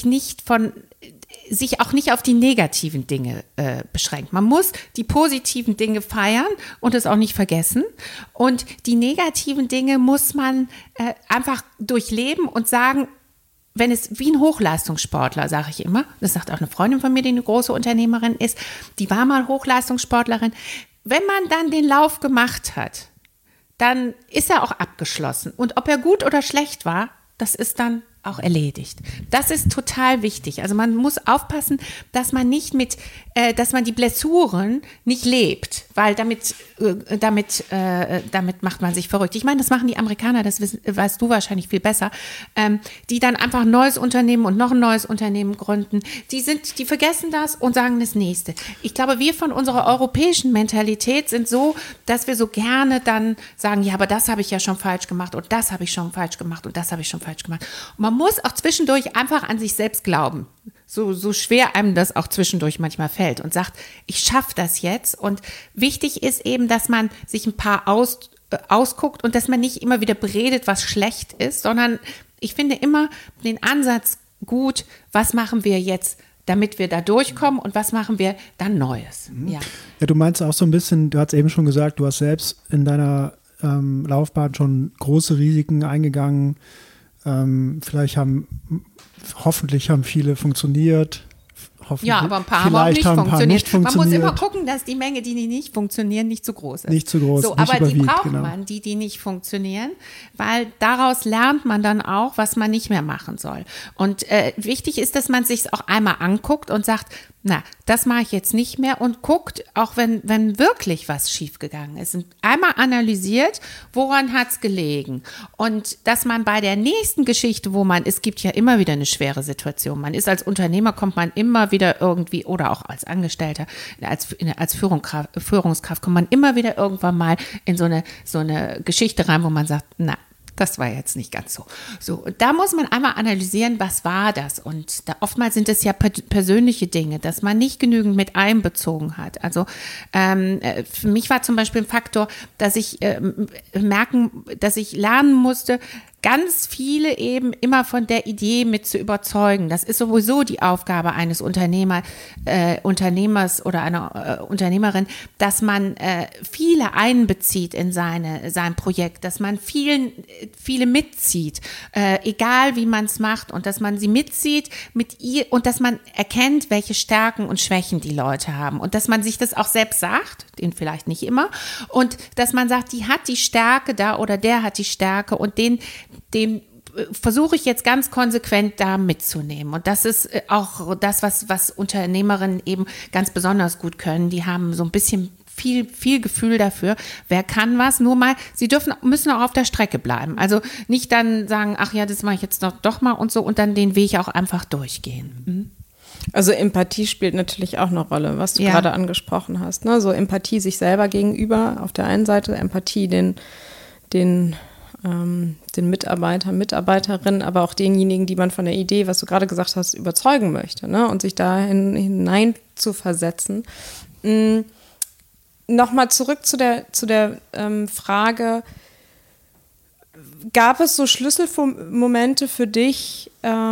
sich auch nicht auf die negativen Dinge beschränkt. Man muss die positiven Dinge feiern und es auch nicht vergessen. Und die negativen Dinge muss man einfach durchleben und sagen, wenn es wie ein Hochleistungssportler, sage ich immer, das sagt auch eine Freundin von mir, die eine große Unternehmerin ist, die war mal Hochleistungssportlerin. Wenn man dann den Lauf gemacht hat, dann ist er auch abgeschlossen. Und ob er gut oder schlecht war, das ist dann auch erledigt. Das ist total wichtig. Also man muss aufpassen, dass man dass man die Blessuren nicht lebt, weil damit macht man sich verrückt. Ich meine, das machen die Amerikaner, das weißt du wahrscheinlich viel besser, die dann einfach ein neues Unternehmen und noch ein neues Unternehmen gründen. Die vergessen das und sagen das nächste. Ich glaube, wir von unserer europäischen Mentalität sind so, dass wir so gerne dann sagen, ja, aber das habe ich ja schon falsch gemacht und das habe ich schon falsch gemacht und das habe ich schon falsch gemacht. Und man muss auch zwischendurch einfach an sich selbst glauben. So schwer einem das auch zwischendurch manchmal fällt und sagt, ich schaffe das jetzt. Und wichtig ist eben, dass man sich ein paar ausguckt und dass man nicht immer wieder beredet, was schlecht ist, sondern ich finde immer den Ansatz gut, was machen wir jetzt, damit wir da durchkommen und was machen wir dann Neues. Ja, du meinst auch so ein bisschen, du hast eben schon gesagt, du hast selbst in deiner Laufbahn schon große Risiken eingegangen. Hoffentlich haben viele funktioniert. Ja, aber ein paar haben auch nicht funktioniert. Man muss immer gucken, dass die Menge, die nicht funktionieren, nicht zu groß ist. Nicht zu groß, so, nicht aber überwiegt, die braucht genau. man, die nicht funktionieren, weil daraus lernt man dann auch, was man nicht mehr machen soll. Und wichtig ist, dass man sich es auch einmal anguckt und sagt, na, das mache ich jetzt nicht mehr und guckt, auch wenn wirklich was schiefgegangen ist. Und einmal analysiert, woran hat es gelegen. Und dass man bei der nächsten Geschichte, es gibt ja immer wieder eine schwere Situation. Man ist als Unternehmer, kommt man immer wieder irgendwie, oder auch als Angestellter, als Führungskraft kommt man immer wieder irgendwann mal in so eine Geschichte rein, wo man sagt, na, das war jetzt nicht ganz so. So, da muss man einmal analysieren, was war das? Und oftmals sind es ja persönliche Dinge, dass man nicht genügend mit einbezogen hat. Also für mich war zum Beispiel ein Faktor, dass ich lernen musste, ganz viele eben immer von der Idee mit zu überzeugen. Das ist sowieso die Aufgabe eines Unternehmers oder einer Unternehmerin, dass man viele einbezieht in sein Projekt, dass man viele mitzieht, egal wie man es macht, und dass man sie mitzieht mit ihr und dass man erkennt, welche Stärken und Schwächen die Leute haben und dass man sich das auch selbst sagt, den vielleicht nicht immer, und dass man sagt, die hat die Stärke da oder der hat die Stärke und den versuche ich jetzt ganz konsequent da mitzunehmen. Und das ist auch das, was Unternehmerinnen eben ganz besonders gut können. Die haben so ein bisschen viel Gefühl dafür, wer kann was, nur mal, sie müssen auch auf der Strecke bleiben. Also nicht dann sagen, ach ja, das mache ich jetzt doch mal und so und dann den Weg auch einfach durchgehen. Mhm. Also Empathie spielt natürlich auch eine Rolle, was du gerade angesprochen hast. Ne? So Empathie sich selber gegenüber auf der einen Seite, Empathie den Mitarbeiter, Mitarbeiterinnen, aber auch denjenigen, die man von der Idee, was du gerade gesagt hast, überzeugen möchte, ne? Und sich da hinein zu versetzen. Nochmal zurück zu der Frage, gab es so Schlüsselmomente für dich,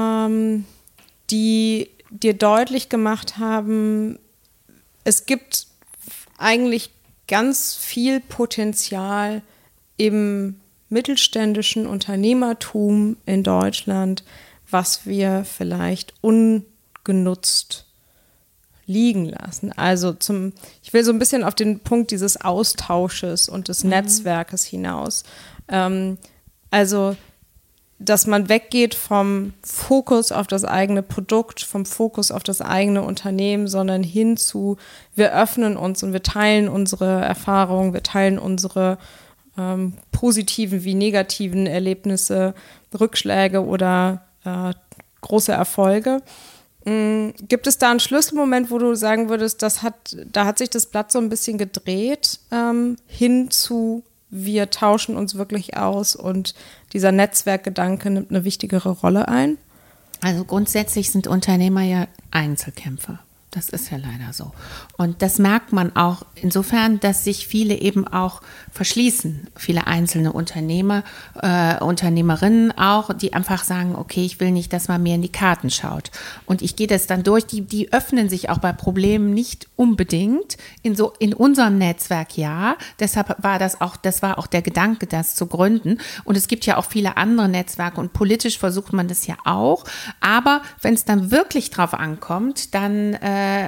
die dir deutlich gemacht haben, es gibt eigentlich ganz viel Potenzial im mittelständischen Unternehmertum in Deutschland, was wir vielleicht ungenutzt liegen lassen. Also ich will so ein bisschen auf den Punkt dieses Austausches und des Netzwerkes hinaus. Also, dass man weggeht vom Fokus auf das eigene Produkt, vom Fokus auf das eigene Unternehmen, sondern hin zu, wir öffnen uns und wir teilen unsere Erfahrungen, wir teilen unsere positiven wie negativen Erlebnisse, Rückschläge oder große Erfolge. Gibt es da einen Schlüsselmoment, wo du sagen würdest, da hat sich das Blatt so ein bisschen gedreht, hin zu, wir tauschen uns wirklich aus und dieser Netzwerkgedanke nimmt eine wichtigere Rolle ein? Also grundsätzlich sind Unternehmer ja Einzelkämpfer. Das ist ja leider so. Und das merkt man auch insofern, dass sich viele eben auch verschließen. Viele einzelne Unternehmerinnen auch, die einfach sagen, okay, ich will nicht, dass man mir in die Karten schaut. Und ich gehe das dann durch. Die öffnen sich auch bei Problemen nicht unbedingt. In unserem Netzwerk ja. Deshalb war das war auch der Gedanke, das zu gründen. Und es gibt ja auch viele andere Netzwerke und politisch versucht man das ja auch. Aber wenn es dann wirklich drauf ankommt, dann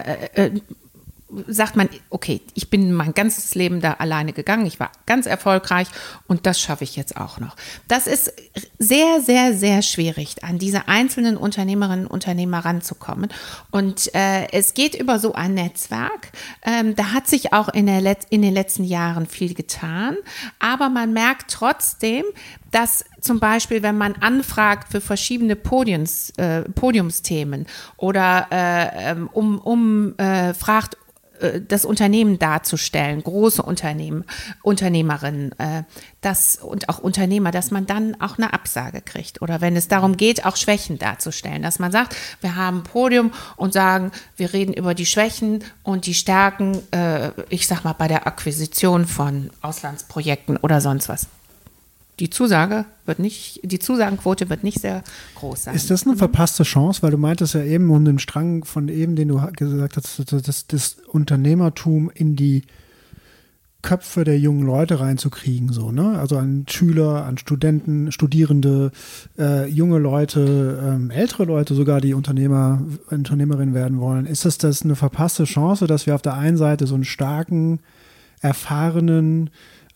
sagt man, okay, ich bin mein ganzes Leben da alleine gegangen, ich war ganz erfolgreich und das schaffe ich jetzt auch noch. Das ist sehr, sehr, sehr schwierig, an diese einzelnen Unternehmerinnen und Unternehmer ranzukommen. Und es geht über so ein Netzwerk. Da hat sich auch in den letzten Jahren viel getan, aber man merkt trotzdem, dass zum Beispiel, wenn man anfragt für verschiedene Podiumsthemen oder fragt, das Unternehmen darzustellen, große Unternehmerinnen und auch Unternehmer, dass man dann auch eine Absage kriegt. Oder wenn es darum geht, auch Schwächen darzustellen, dass man sagt, wir haben ein Podium und sagen, wir reden über die Schwächen und die Stärken, ich sag mal, bei der Akquisition von Auslandsprojekten oder sonst was. Die Zusagenquote wird nicht sehr groß sein. Ist das eine verpasste Chance? Weil du meintest ja eben, um den Strang von eben, den du gesagt hast, das Unternehmertum in die Köpfe der jungen Leute reinzukriegen, so, ne? Also an Schüler, an Studenten, Studierende, junge Leute, ältere Leute sogar, die Unternehmerin werden wollen. Ist das eine verpasste Chance, dass wir auf der einen Seite so einen starken, erfahrenen,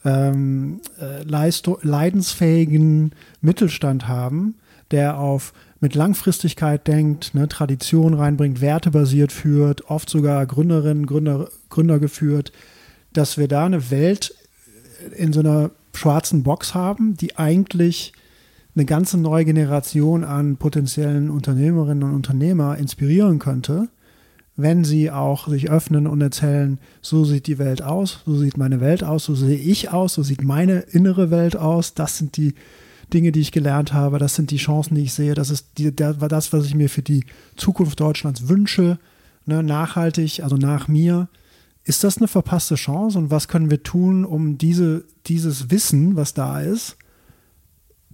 leidensfähigen Mittelstand haben, der mit Langfristigkeit denkt, ne, Tradition reinbringt, wertebasiert führt, oft sogar Gründer geführt, dass wir da eine Welt in so einer schwarzen Box haben, die eigentlich eine ganze neue Generation an potenziellen Unternehmerinnen und Unternehmer inspirieren könnte, wenn sie auch sich öffnen und erzählen, so sieht die Welt aus, so sieht meine Welt aus, so sehe ich aus, so sieht meine innere Welt aus, das sind die Dinge, die ich gelernt habe, das sind die Chancen, die ich sehe, das ist das, was ich mir für die Zukunft Deutschlands wünsche, ne, nachhaltig, also nach mir. Ist das eine verpasste Chance und was können wir tun, um dieses Wissen, was da ist,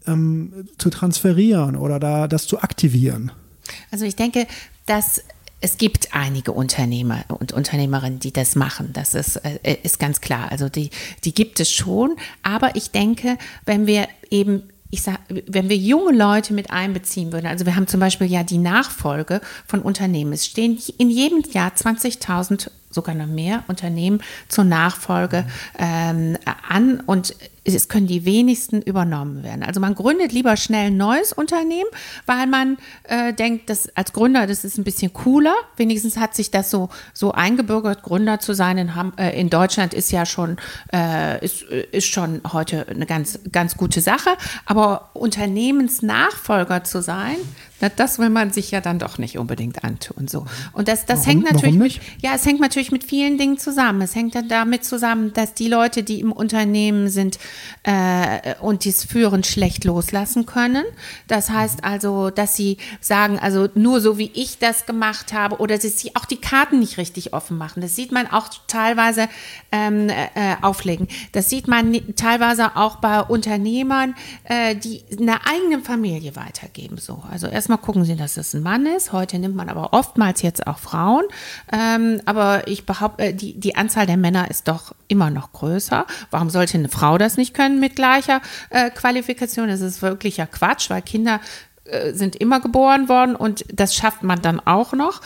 zu transferieren oder das zu aktivieren? Also ich denke, dass es gibt einige Unternehmer und Unternehmerinnen, die das machen. Das ist ganz klar. Also die gibt es schon. Aber ich denke, wenn wir junge Leute mit einbeziehen würden, also wir haben zum Beispiel ja die Nachfolge von Unternehmen. Es stehen in jedem Jahr 20.000, sogar noch mehr Unternehmen zur Nachfolge an und es können die wenigsten übernommen werden. Also man gründet lieber schnell ein neues Unternehmen, weil man denkt, dass als Gründer, das ist ein bisschen cooler. Wenigstens hat sich das so eingebürgert, Gründer zu sein. In Deutschland ist ja schon, ist schon heute eine ganz, ganz gute Sache. Aber Unternehmensnachfolger zu sein, das will man sich ja dann doch nicht unbedingt antun. So. Und das hängt natürlich es hängt natürlich mit vielen Dingen zusammen. Es hängt dann damit zusammen, dass die Leute, die im Unternehmen sind und dies führen, schlecht loslassen können. Das heißt also, dass sie sagen, also nur so wie ich das gemacht habe oder dass sie auch die Karten nicht richtig offen machen. Das sieht man auch teilweise auflegen. Das sieht man teilweise auch bei Unternehmern, die eine eigene Familie weitergeben. So. Also erstmal gucken sie, dass es ein Mann ist. Heute nimmt man aber oftmals jetzt auch Frauen. Aber ich behaupte, die Anzahl der Männer ist doch immer noch größer. Warum sollte eine Frau das nicht können mit gleicher Qualifikation? Das ist wirklicher Quatsch, weil Kinder sind immer geboren worden und das schafft man dann auch noch.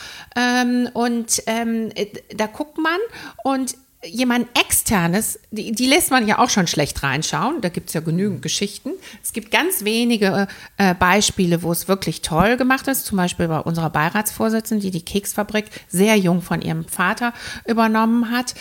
Da guckt man und jemand Externes, die lässt man ja auch schon schlecht reinschauen, da gibt es ja genügend Geschichten. Es gibt ganz wenige Beispiele, wo es wirklich toll gemacht ist, zum Beispiel bei unserer Beiratsvorsitzenden, die Keksfabrik sehr jung von ihrem Vater übernommen hat.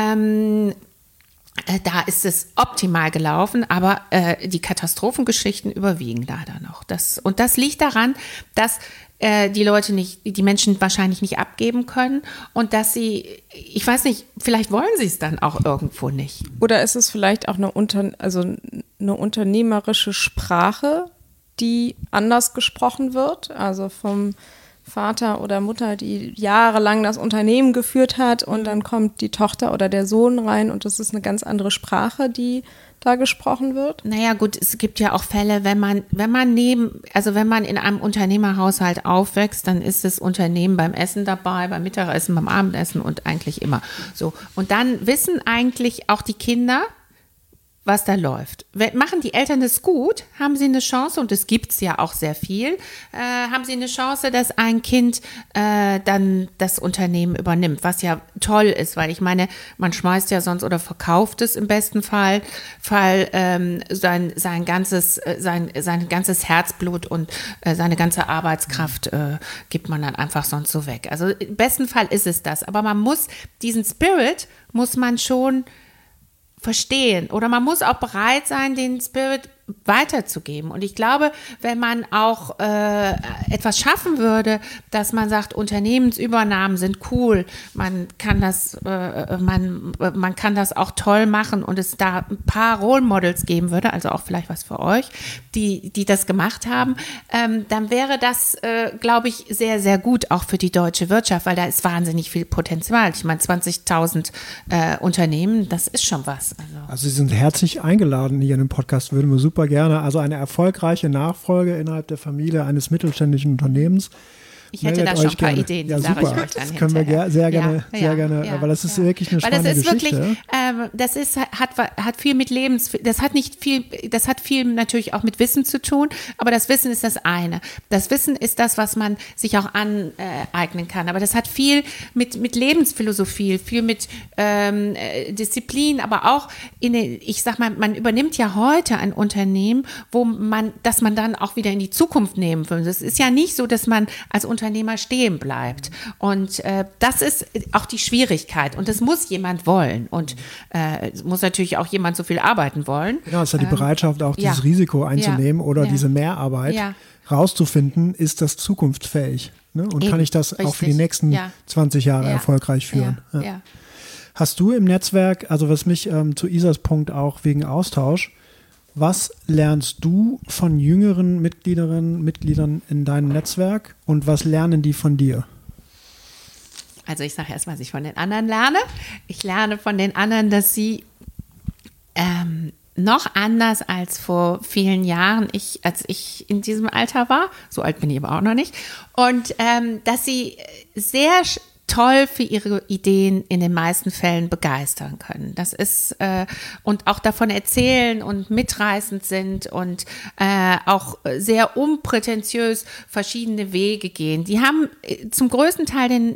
Da ist es optimal gelaufen, aber die Katastrophengeschichten überwiegen leider noch. Und das liegt daran, dass die Menschen wahrscheinlich nicht abgeben können und dass sie, ich weiß nicht, vielleicht wollen sie es dann auch irgendwo nicht. Oder ist es vielleicht auch eine unternehmerische Sprache, die anders gesprochen wird, also vom Vater oder Mutter, die jahrelang das Unternehmen geführt hat und dann kommt die Tochter oder der Sohn rein und das ist eine ganz andere Sprache, die da gesprochen wird? Naja gut, es gibt ja auch Fälle, wenn man in einem Unternehmerhaushalt aufwächst, dann ist das Unternehmen beim Essen dabei, beim Mittagessen, beim Abendessen und eigentlich immer so. Und dann wissen eigentlich auch die Kinder, was da läuft. Machen die Eltern das gut, haben sie eine Chance, und es gibt es ja auch sehr viel, haben sie eine Chance, dass ein Kind dann das Unternehmen übernimmt, was ja toll ist, weil ich meine, man schmeißt ja sonst oder verkauft es im besten Fall sein ganzes Herzblut und seine ganze Arbeitskraft gibt man dann einfach sonst so weg. Also im besten Fall ist es das, aber diesen Spirit muss man schon verstehen oder man muss auch bereit sein, den Spirit weiterzugeben. Und ich glaube, wenn man auch etwas schaffen würde, dass man sagt, Unternehmensübernahmen sind cool, man kann das auch toll machen und es da ein paar Role Models geben würde, also auch vielleicht was für euch, die das gemacht haben, dann wäre das, glaube ich, sehr, sehr gut auch für die deutsche Wirtschaft, weil da ist wahnsinnig viel Potenzial. Ich meine, 20.000 Unternehmen, das ist schon was. Also Sie sind herzlich eingeladen hier in dem Podcast, würden wir super gerne. Also eine erfolgreiche Nachfolge innerhalb der Familie eines mittelständischen Unternehmens. Ich hätte da schon ein paar Ideen, die sage ich euch dann. Das können wir sehr gerne, weil das ist wirklich eine spannende Geschichte. Das hat viel mit das hat viel natürlich auch mit Wissen zu tun, aber das Wissen ist das eine. Das Wissen ist das, was man sich auch aneignen kann, aber das hat viel mit Lebensphilosophie, viel mit Disziplin, aber auch ich sag mal, man übernimmt ja heute ein Unternehmen, das man dann auch wieder in die Zukunft nehmen will. Es ist ja nicht so, dass man als Unternehmer stehen bleibt. Und das ist auch die Schwierigkeit. Und das muss jemand wollen. Und es muss natürlich auch jemand so viel arbeiten wollen. Genau, es ist ja die Bereitschaft, auch dieses Risiko einzunehmen oder diese Mehrarbeit rauszufinden, ist das zukunftsfähig? Ne? Und kann ich das auch für die nächsten 20 Jahre erfolgreich führen? Ja. Hast du im Netzwerk, also was mich zu Isas Punkt auch wegen Austausch, was lernst du von jüngeren Mitgliedern in deinem Netzwerk und was lernen die von dir? Also ich sage erst, was ich von den anderen lerne. Ich lerne von den anderen, dass sie noch anders als vor vielen Jahren, als ich in diesem Alter war, so alt bin ich aber auch noch nicht, und dass sie sehr toll für ihre Ideen in den meisten Fällen begeistern können. Das ist und auch davon erzählen und mitreißend sind und auch sehr unprätentiös verschiedene Wege gehen. Die haben zum größten Teil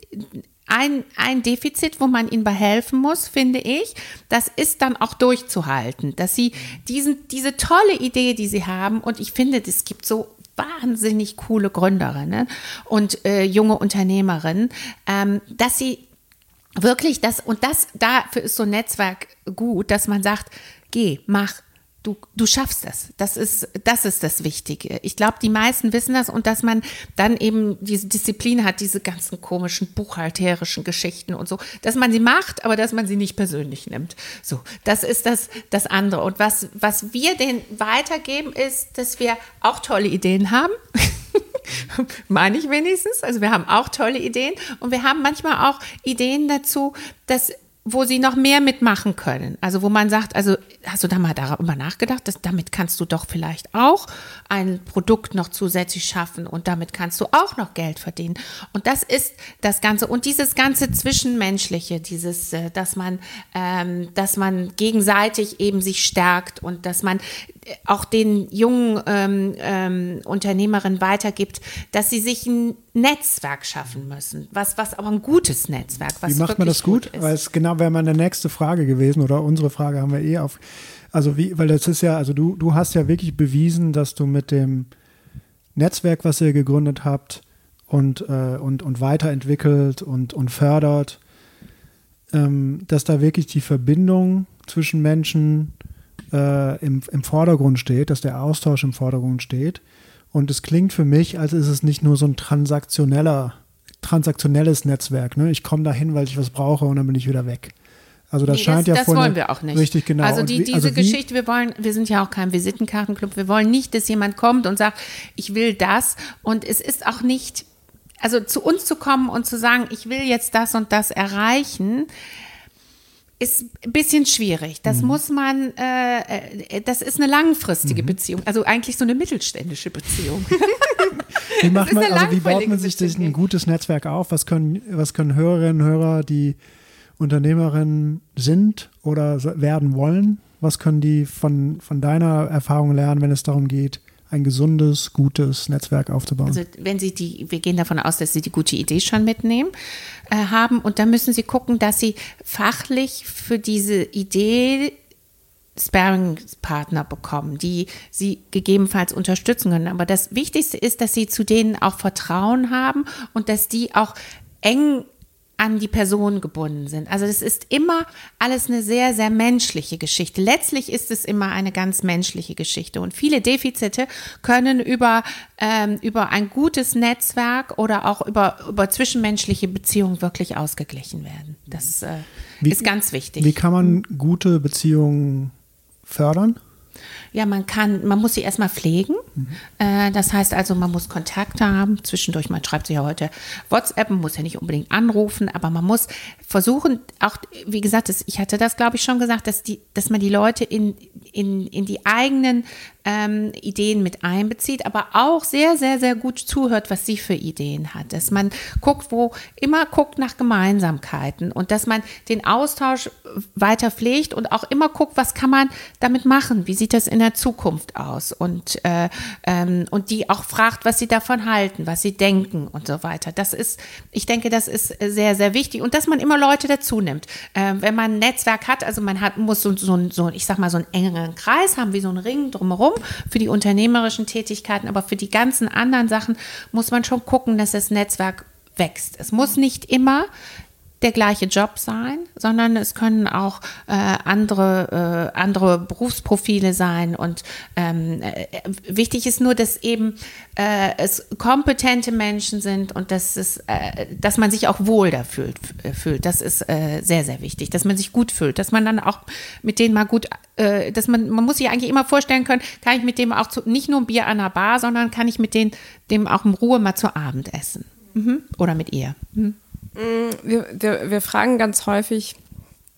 ein Defizit, wo man ihnen behelfen muss, finde ich. Das ist dann auch durchzuhalten, dass sie diese tolle Idee, die sie haben, und ich finde, es gibt so wahnsinnig coole Gründerinnen und junge Unternehmerinnen, dass sie wirklich dafür ist so ein Netzwerk gut, dass man sagt, geh, mach, du schaffst das. Das ist das Wichtige. Ich glaube, die meisten wissen das, und dass man dann eben diese Disziplin hat, diese ganzen komischen buchhalterischen Geschichten und so, dass man sie macht, aber dass man sie nicht persönlich nimmt. So, das ist das andere. Und was wir denen weitergeben, ist, dass wir auch tolle Ideen haben. Meine ich wenigstens. Also wir haben auch tolle Ideen, und wir haben manchmal auch Ideen dazu, wo sie noch mehr mitmachen können. Also wo man sagt, also hast du da mal darüber nachgedacht, dass damit kannst du doch vielleicht auch ein Produkt noch zusätzlich schaffen, und damit kannst du auch noch Geld verdienen. Und das ist das Ganze. Und dieses ganze Zwischenmenschliche, dass man gegenseitig eben sich stärkt, und dass man auch den jungen Unternehmerinnen weitergibt, dass sie sich ein Netzwerk schaffen müssen, was aber ein gutes Netzwerk, was Wie macht man das gut? ist. Weil es genau wäre meine nächste Frage gewesen, oder unsere Frage haben wir weil das ist ja, also du hast ja wirklich bewiesen, dass du mit dem Netzwerk, was ihr gegründet habt und weiterentwickelt und fördert, dass da wirklich die Verbindung zwischen Menschen im Vordergrund steht, dass der Austausch im Vordergrund steht. Und es klingt für mich, als ist es nicht nur so ein transaktionelles Netzwerk. Ne? Ich komme da hin, weil ich was brauche, und dann bin ich wieder weg. Also das scheint ja das wollen wir auch nicht. Richtig, genau. Also diese Geschichte, wir sind ja auch kein Visitenkartenclub, wir wollen nicht, dass jemand kommt und sagt, ich will das, und es ist auch nicht, also zu uns zu kommen und zu sagen, ich will jetzt das und das erreichen, ist ein bisschen schwierig. Das muss man, das ist eine langfristige Beziehung, also eigentlich so eine mittelständische Beziehung. Wie baut man sich das ein gutes Netzwerk auf? Was können Hörerinnen und Hörer, die Unternehmerinnen sind oder werden wollen, was können die von deiner Erfahrung lernen, wenn es darum geht, ein gesundes, gutes Netzwerk aufzubauen? Also wir gehen davon aus, dass sie die gute Idee schon mitnehmen, haben, und dann müssen sie gucken, dass sie fachlich für diese Idee Sparringspartner bekommen, die sie gegebenenfalls unterstützen können. Aber das Wichtigste ist, dass sie zu denen auch Vertrauen haben und dass die auch eng an die Person gebunden sind. Also das ist immer alles eine sehr, sehr menschliche Geschichte. Letztlich ist es immer eine ganz menschliche Geschichte, und viele Defizite können über ein gutes Netzwerk oder auch über zwischenmenschliche Beziehungen wirklich ausgeglichen werden. Das ist ganz wichtig. Wie kann man gute Beziehungen fördern? Ja, man muss sie erstmal pflegen. Das heißt also, man muss Kontakte haben. Zwischendurch, man schreibt sich ja heute WhatsApp, man muss ja nicht unbedingt anrufen, aber man muss versuchen, auch, wie gesagt, ich hatte das, glaube ich, schon gesagt, dass man die Leute in die eigenen Ideen mit einbezieht, aber auch sehr, sehr, sehr gut zuhört, was sie für Ideen hat. Dass man guckt nach Gemeinsamkeiten, und dass man den Austausch weiter pflegt und auch immer guckt, was kann man damit machen, wie sieht das in der Zukunft aus, und die auch fragt, was sie davon halten, was sie denken und so weiter. Ich denke, das ist sehr, sehr wichtig, und dass man immer Leute dazu nimmt. Wenn man ein Netzwerk hat, also muss ich sag mal, so einen engeren Kreis haben, wie so einen Ring drumherum für die unternehmerischen Tätigkeiten, aber für die ganzen anderen Sachen muss man schon gucken, dass das Netzwerk wächst. Es muss nicht immer der gleiche Job sein, sondern es können auch andere Berufsprofile sein, und wichtig ist nur, dass eben es kompetente Menschen sind, und dass man sich auch wohl da fühlt. Das ist sehr, sehr wichtig, dass man sich gut fühlt, dass man dann auch mit denen mal gut, man muss sich eigentlich immer vorstellen können, kann ich mit dem auch nicht nur ein Bier an der Bar, sondern kann ich mit dem auch in Ruhe mal zu Abend essen. Oder mit ihr. Wir fragen ganz häufig,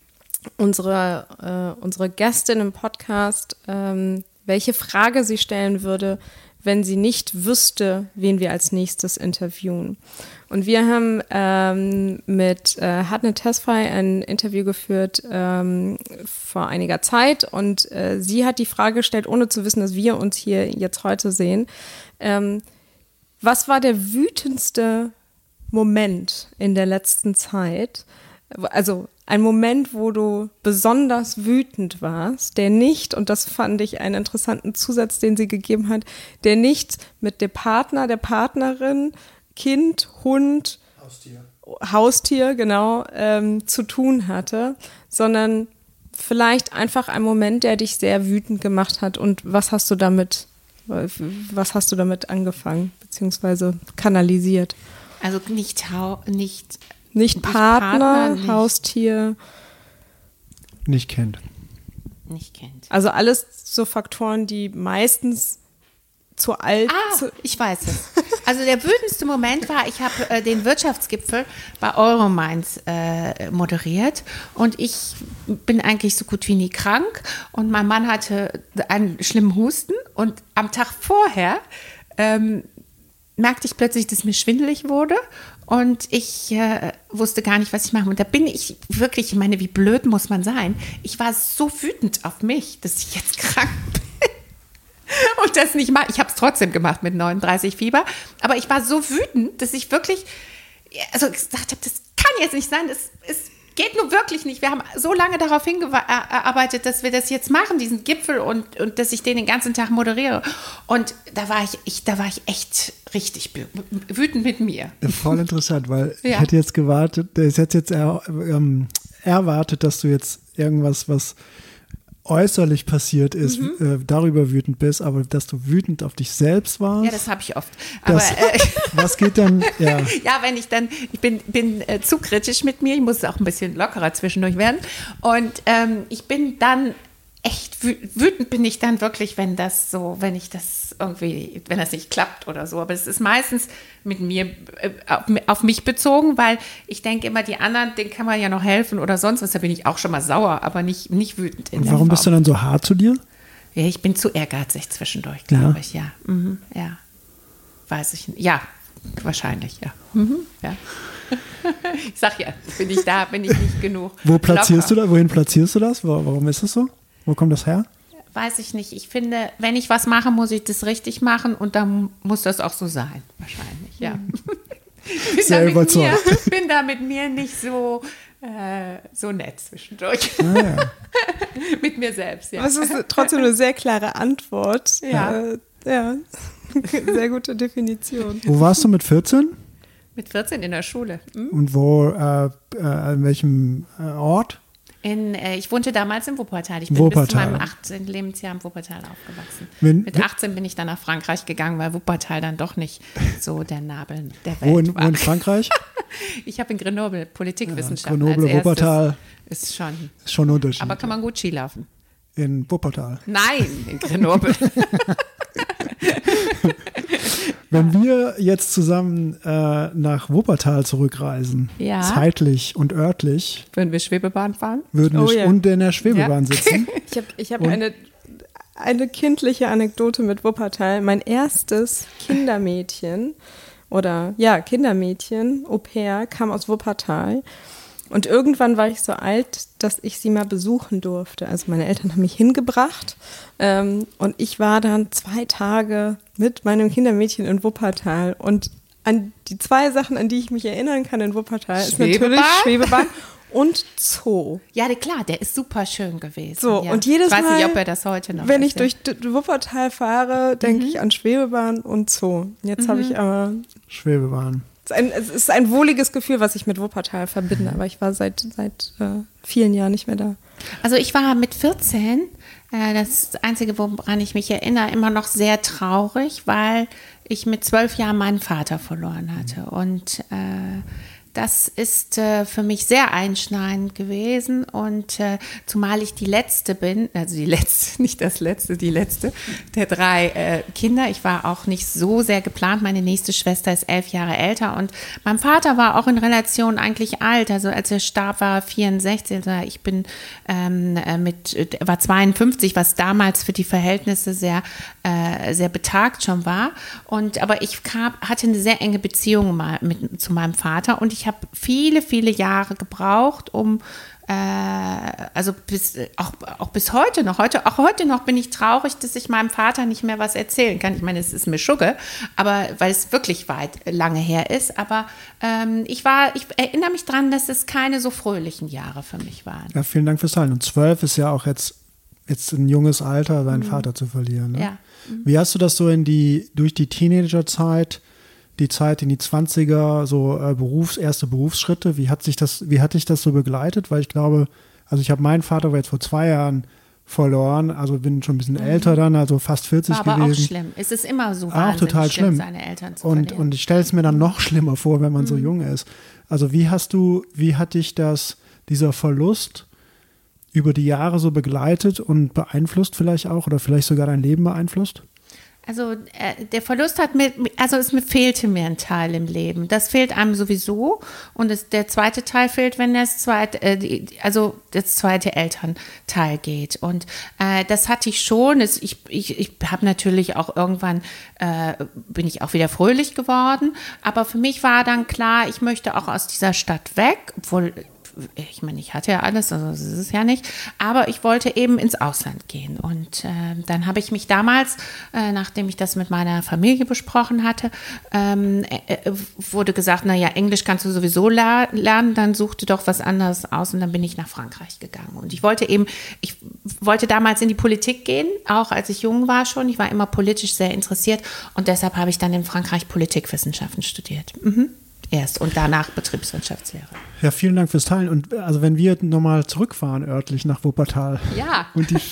unsere Gästin im Podcast, welche Frage sie stellen würde, wenn sie nicht wüsste, wen wir als nächstes interviewen. Und wir haben mit Hadne Tesfaye ein Interview geführt vor einiger Zeit und sie hat die Frage gestellt, ohne zu wissen, dass wir uns hier jetzt heute sehen. Was war der wütendste Moment in der letzten Zeit? Also ein Moment, wo du besonders wütend warst, der nicht, und das fand ich einen interessanten Zusatz, den sie gegeben hat, der nicht mit dem Partner, der Partnerin, Kind, Hund, Haustier, genau, zu tun hatte, sondern vielleicht einfach ein Moment, der dich sehr wütend gemacht hat. Und was hast du damit angefangen, beziehungsweise kanalisiert? Also Nicht Partner, nicht. Haustier. Nicht kennt. Nicht kennt. Also alles so Faktoren, die meistens zu alt sind. Ich weiß es. Also der wütendste Moment war, ich habe den Wirtschaftsgipfel bei Eurominds moderiert und ich bin eigentlich so gut wie nie krank und mein Mann hatte einen schlimmen Husten und am Tag vorher merkte ich plötzlich, dass mir schwindelig wurde und ich wusste gar nicht, was ich mache. Und da bin ich wirklich, ich meine, wie blöd muss man sein? Ich war so wütend auf mich, dass ich jetzt krank bin. Und das nicht mal, ich habe es trotzdem gemacht mit 39 Fieber, aber ich war so wütend, dass ich wirklich, also gesagt habe, das kann jetzt nicht sein, es geht nun wirklich nicht. Wir haben so lange darauf hingearbeitet, dass wir das jetzt machen, diesen Gipfel und dass ich den ganzen Tag moderiere. Und da war ich echt richtig wütend mit mir. Voll interessant, weil ich hätte jetzt erwartet, dass du jetzt irgendwas, was äußerlich passiert ist, darüber wütend bist, aber dass du wütend auf dich selbst warst. Ja, das habe ich oft. Aber was geht dann? Ja, ja, wenn ich bin zu kritisch mit mir, ich muss auch ein bisschen lockerer zwischendurch werden. Und ich bin dann echt wütend bin ich dann wirklich, wenn das nicht klappt oder so. Aber es ist meistens mit mir, auf mich bezogen, weil ich denke immer, die anderen, denen kann man ja noch helfen oder sonst was. Da bin ich auch schon mal sauer, aber nicht wütend. Und warum bist du dann so hart zu dir? Ja, ich bin zu ehrgeizig zwischendurch, glaube ich, ja. Ja. Weiß ich nicht. Ja, wahrscheinlich, ja. Ja. Ich sag ja, bin ich nicht genug. Wohin platzierst du das? Warum ist das so? Wo kommt das her? Weiß ich nicht. Ich finde, wenn ich was mache, muss ich das richtig machen und dann muss das auch so sein. Wahrscheinlich, ja. Sehr überzeugt. Ich bin da mit mir nicht so nett zwischendurch. Ja. Mit mir selbst, ja. Das ist trotzdem eine sehr klare Antwort. Ja. Ja. Sehr gute Definition. Wo warst du mit 14? Mit 14 in der Schule. Und wo, an welchem Ort? Ich wohnte damals in Wuppertal. Ich bin bis zu meinem 18. Lebensjahr im Wuppertal aufgewachsen. Mit 18 bin ich dann nach Frankreich gegangen, weil Wuppertal dann doch nicht so der Nabel der Welt war. Wo in Frankreich? Ich habe in Grenoble Politikwissenschaften Grenoble, als erstes. Wuppertal. Ist schon ein Unterschied. Aber kann man gut Ski laufen? In Wuppertal? Nein, in Grenoble. Wenn wir jetzt zusammen nach Wuppertal zurückreisen, zeitlich und örtlich, würden wir Schwebebahn fahren? Würden wir und in der Schwebebahn sitzen. Ich habe eine kindliche Anekdote mit Wuppertal. Mein erstes Kindermädchen, Au pair, kam aus Wuppertal. Und irgendwann war ich so alt, dass ich sie mal besuchen durfte. Also meine Eltern haben mich hingebracht und ich war dann 2 Tage mit meinem Kindermädchen in Wuppertal. Und an die 2 Sachen, an die ich mich erinnern kann in Wuppertal, ist natürlich Schwebebahn und Zoo. Ja, klar, der ist super schön gewesen. So, ja. und jedes Mal, ich weiß nicht, ob er das heute noch wenn ich durch Wuppertal fahre, denke ich an Schwebebahn und Zoo. Jetzt habe ich aber Schwebebahn. Es ist ein wohliges Gefühl, was ich mit Wuppertal verbinde, aber ich war seit vielen Jahren nicht mehr da. Also ich war mit 14, das Einzige, woran ich mich erinnere, immer noch sehr traurig, weil ich mit 12 Jahren meinen Vater verloren hatte. Und Das ist für mich sehr einschneidend gewesen und zumal ich die Letzte bin, also die Letzte, nicht das Letzte, die Letzte der 3 Kinder. Ich war auch nicht so sehr geplant. Meine nächste Schwester ist 11 Jahre älter und mein Vater war auch in Relation eigentlich alt. Also als er starb, war er 64. Also ich bin war 52, was damals für die Verhältnisse sehr betagt schon war. Aber ich hatte eine sehr enge Beziehung zu meinem Vater und ich habe viele, viele Jahre gebraucht, auch bis heute noch. Auch heute noch bin ich traurig, dass ich meinem Vater nicht mehr was erzählen kann. Ich meine, es ist mir Schugge, aber weil es wirklich lange her ist. Aber ich erinnere mich daran, dass es keine so fröhlichen Jahre für mich waren. Ja, vielen Dank fürs Teilen. Und 12 ist ja auch jetzt ein junges Alter, seinen Vater zu verlieren. Ne? Ja. Wie hast du das so durch die Teenagerzeit, die Zeit in die 20er, so erste Berufsschritte, wie hat dich das so begleitet? Weil ich glaube, also ich habe meinen Vater jetzt vor 2 Jahren verloren, also bin schon ein bisschen älter dann, also fast 40 aber gewesen. Aber auch schlimm. Es ist immer so auch total schlimm, seine Eltern zu verlieren. Und ich stelle es mir dann noch schlimmer vor, wenn man so jung ist. Also wie hat dich dieser Verlust über die Jahre so begleitet und beeinflusst vielleicht auch oder vielleicht sogar dein Leben beeinflusst? Also der Verlust es fehlte mir ein Teil im Leben. Das fehlt einem sowieso und der zweite Teil fehlt, wenn das zweite Elternteil geht. Und das hatte ich schon. Ich habe natürlich auch irgendwann, bin ich auch wieder fröhlich geworden. Aber für mich war dann klar, ich möchte auch aus dieser Stadt weg, obwohl ich meine, ich hatte ja alles, also das ist es ja nicht, aber ich wollte eben ins Ausland gehen und dann habe ich mich damals, nachdem ich das mit meiner Familie besprochen hatte, wurde gesagt, naja, Englisch kannst du sowieso lernen, dann such dir doch was anderes aus und dann bin ich nach Frankreich gegangen und ich wollte damals in die Politik gehen, auch als ich jung war schon, ich war immer politisch sehr interessiert und deshalb habe ich dann in Frankreich Politikwissenschaften studiert. Erst und danach Betriebswirtschaftslehre. Ja, vielen Dank fürs Teilen. Und also wenn wir nochmal zurückfahren örtlich nach Wuppertal und dein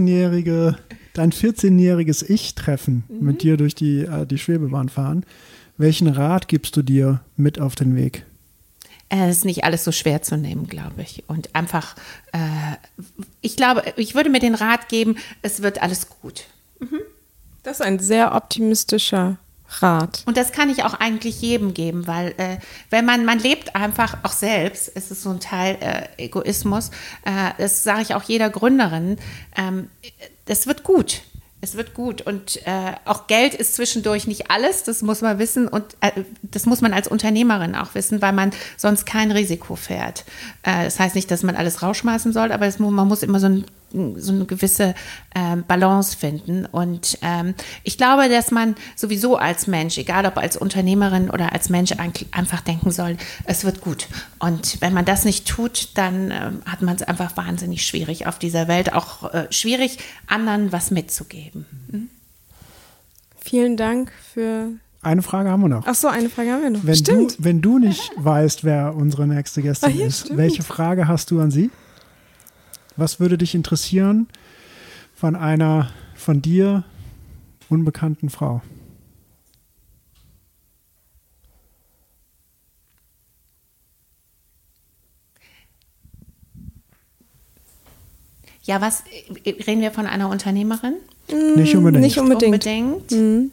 14-jähriges Ich treffen, mit dir durch die Schwebebahn fahren, welchen Rat gibst du dir mit auf den Weg? Es ist nicht alles so schwer zu nehmen, glaube ich. Und einfach, ich glaube, ich würde mir den Rat geben, es wird alles gut. Das ist ein sehr optimistischer Rat. Und das kann ich auch eigentlich jedem geben, weil wenn man lebt einfach auch selbst, es ist so ein Teil Egoismus, das sage ich auch jeder Gründerin, das wird gut. Es wird gut und auch Geld ist zwischendurch nicht alles, das muss man wissen und das muss man als Unternehmerin auch wissen, weil man sonst kein Risiko fährt. Das heißt nicht, dass man alles rausschmeißen soll, aber man muss immer so eine gewisse Balance finden und ich glaube, dass man sowieso als Mensch, egal ob als Unternehmerin oder als Mensch, einfach denken soll, es wird gut und wenn man das nicht tut, dann hat man es einfach wahnsinnig schwierig auf dieser Welt, auch schwierig, anderen was mitzugeben. Vielen Dank für... Eine Frage haben wir noch. Ach so, eine Frage haben wir noch. Wenn du nicht weißt, wer unsere nächste Gästin ist, stimmt. Welche Frage hast du an sie? Was würde dich interessieren von einer von dir unbekannten Frau? Ja, reden wir von einer Unternehmerin? Nicht unbedingt. Nicht unbedingt.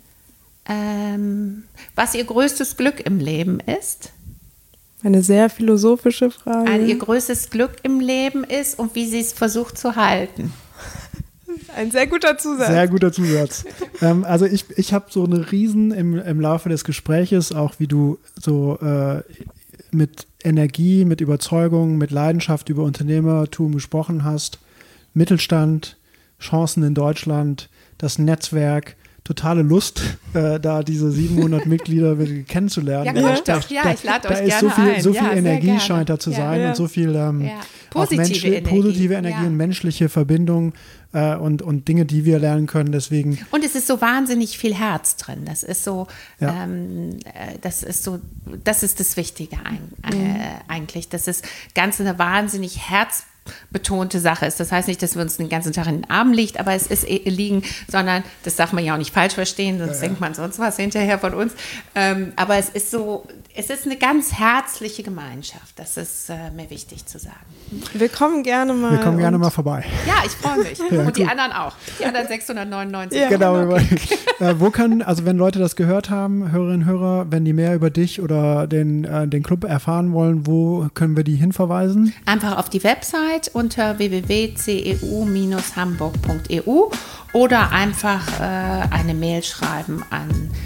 Was ihr größtes Glück im Leben ist? Eine sehr philosophische Frage. Ihr größtes Glück im Leben ist und wie sie es versucht zu halten. Ein sehr guter Zusatz. Sehr guter Zusatz. Also ich habe so eine Riesen im Laufe des Gespräches, auch wie du so mit Energie, mit Überzeugung, mit Leidenschaft über Unternehmertum gesprochen hast. Mittelstand, Chancen in Deutschland, das Netzwerk, totale Lust, da diese 700 Mitglieder kennenzulernen. Ja, ich lade euch gerne ein. So viel Energie scheint da zu sein und so viel positive Energie und menschliche Verbindung und Dinge, die wir lernen können. Deswegen. Und es ist so wahnsinnig viel Herz drin. Das ist so, das ist das Wichtige eigentlich. Das ist ganz eine wahnsinnig betonte Sache ist. Das heißt nicht, dass wir uns den ganzen Tag in den Arm liegen, aber es ist liegen, sondern das darf man ja auch nicht falsch verstehen, sonst denkt man sonst was hinterher von uns. Aber es ist so, es ist eine ganz herzliche Gemeinschaft. Das ist mir wichtig zu sagen. Wir kommen gerne mal vorbei. Ja, ich freue mich. Ja, und die anderen auch. Die anderen 699. Ja, genau. Wo also wenn Leute das gehört haben, Hörerinnen und Hörer, wenn die mehr über dich oder den Club erfahren wollen, wo können wir die hinverweisen? Einfach auf die Website unter www.ceu-hamburg.eu oder einfach eine Mail schreiben an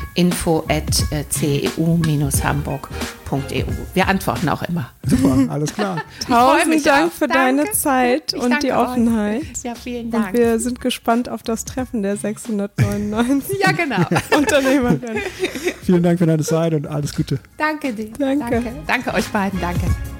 info@ceu-hamburg.eu. Wir antworten auch immer. Super, alles klar. Tausend Dank für deine Zeit und die Offenheit. Ja, vielen Dank. Und wir sind gespannt auf das Treffen der 699. Ja, genau. Unternehmerinnen. Vielen Dank für deine Zeit und alles Gute. Danke dir. Danke. Danke euch beiden. Danke.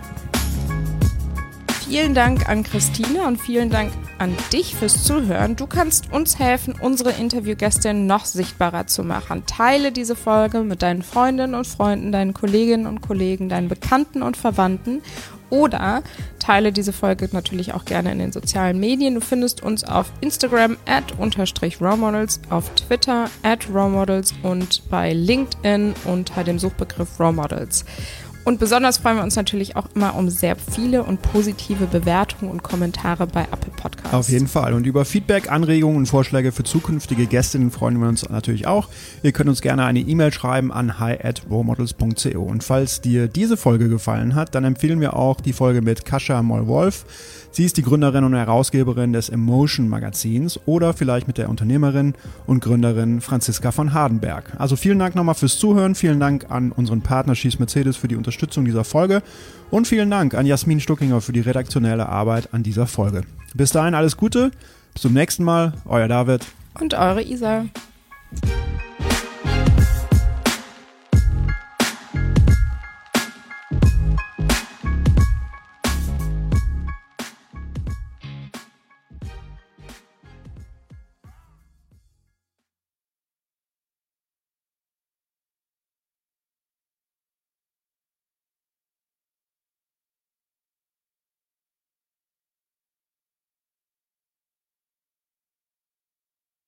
Vielen Dank an Christine und vielen Dank an dich fürs Zuhören. Du kannst uns helfen, unsere Interviewgästin noch sichtbarer zu machen. Teile diese Folge mit deinen Freundinnen und Freunden, deinen Kolleginnen und Kollegen, deinen Bekannten und Verwandten oder teile diese Folge natürlich auch gerne in den sozialen Medien. Du findest uns auf Instagram @_Role-Models, auf Twitter @Role-Models und bei LinkedIn unter dem Suchbegriff Role Models. Und besonders freuen wir uns natürlich auch immer um sehr viele und positive Bewertungen und Kommentare bei Apple Podcasts. Auf jeden Fall. Und über Feedback, Anregungen und Vorschläge für zukünftige Gästinnen freuen wir uns natürlich auch. Ihr könnt uns gerne eine E-Mail schreiben an hi@rolemodels.co. Und falls dir diese Folge gefallen hat, dann empfehlen wir auch die Folge mit Kasia Moll-Wolf. Sie ist die Gründerin und Herausgeberin des Emotion Magazins oder vielleicht mit der Unternehmerin und Gründerin Franziska von Hardenberg. Also vielen Dank nochmal fürs Zuhören. Vielen Dank an unseren Partner Schieß Mercedes für die Unterstützung dieser Folge und vielen Dank an Jasmin Stuckinger für die redaktionelle Arbeit an dieser Folge. Bis dahin alles Gute, bis zum nächsten Mal, euer David und eure Isa.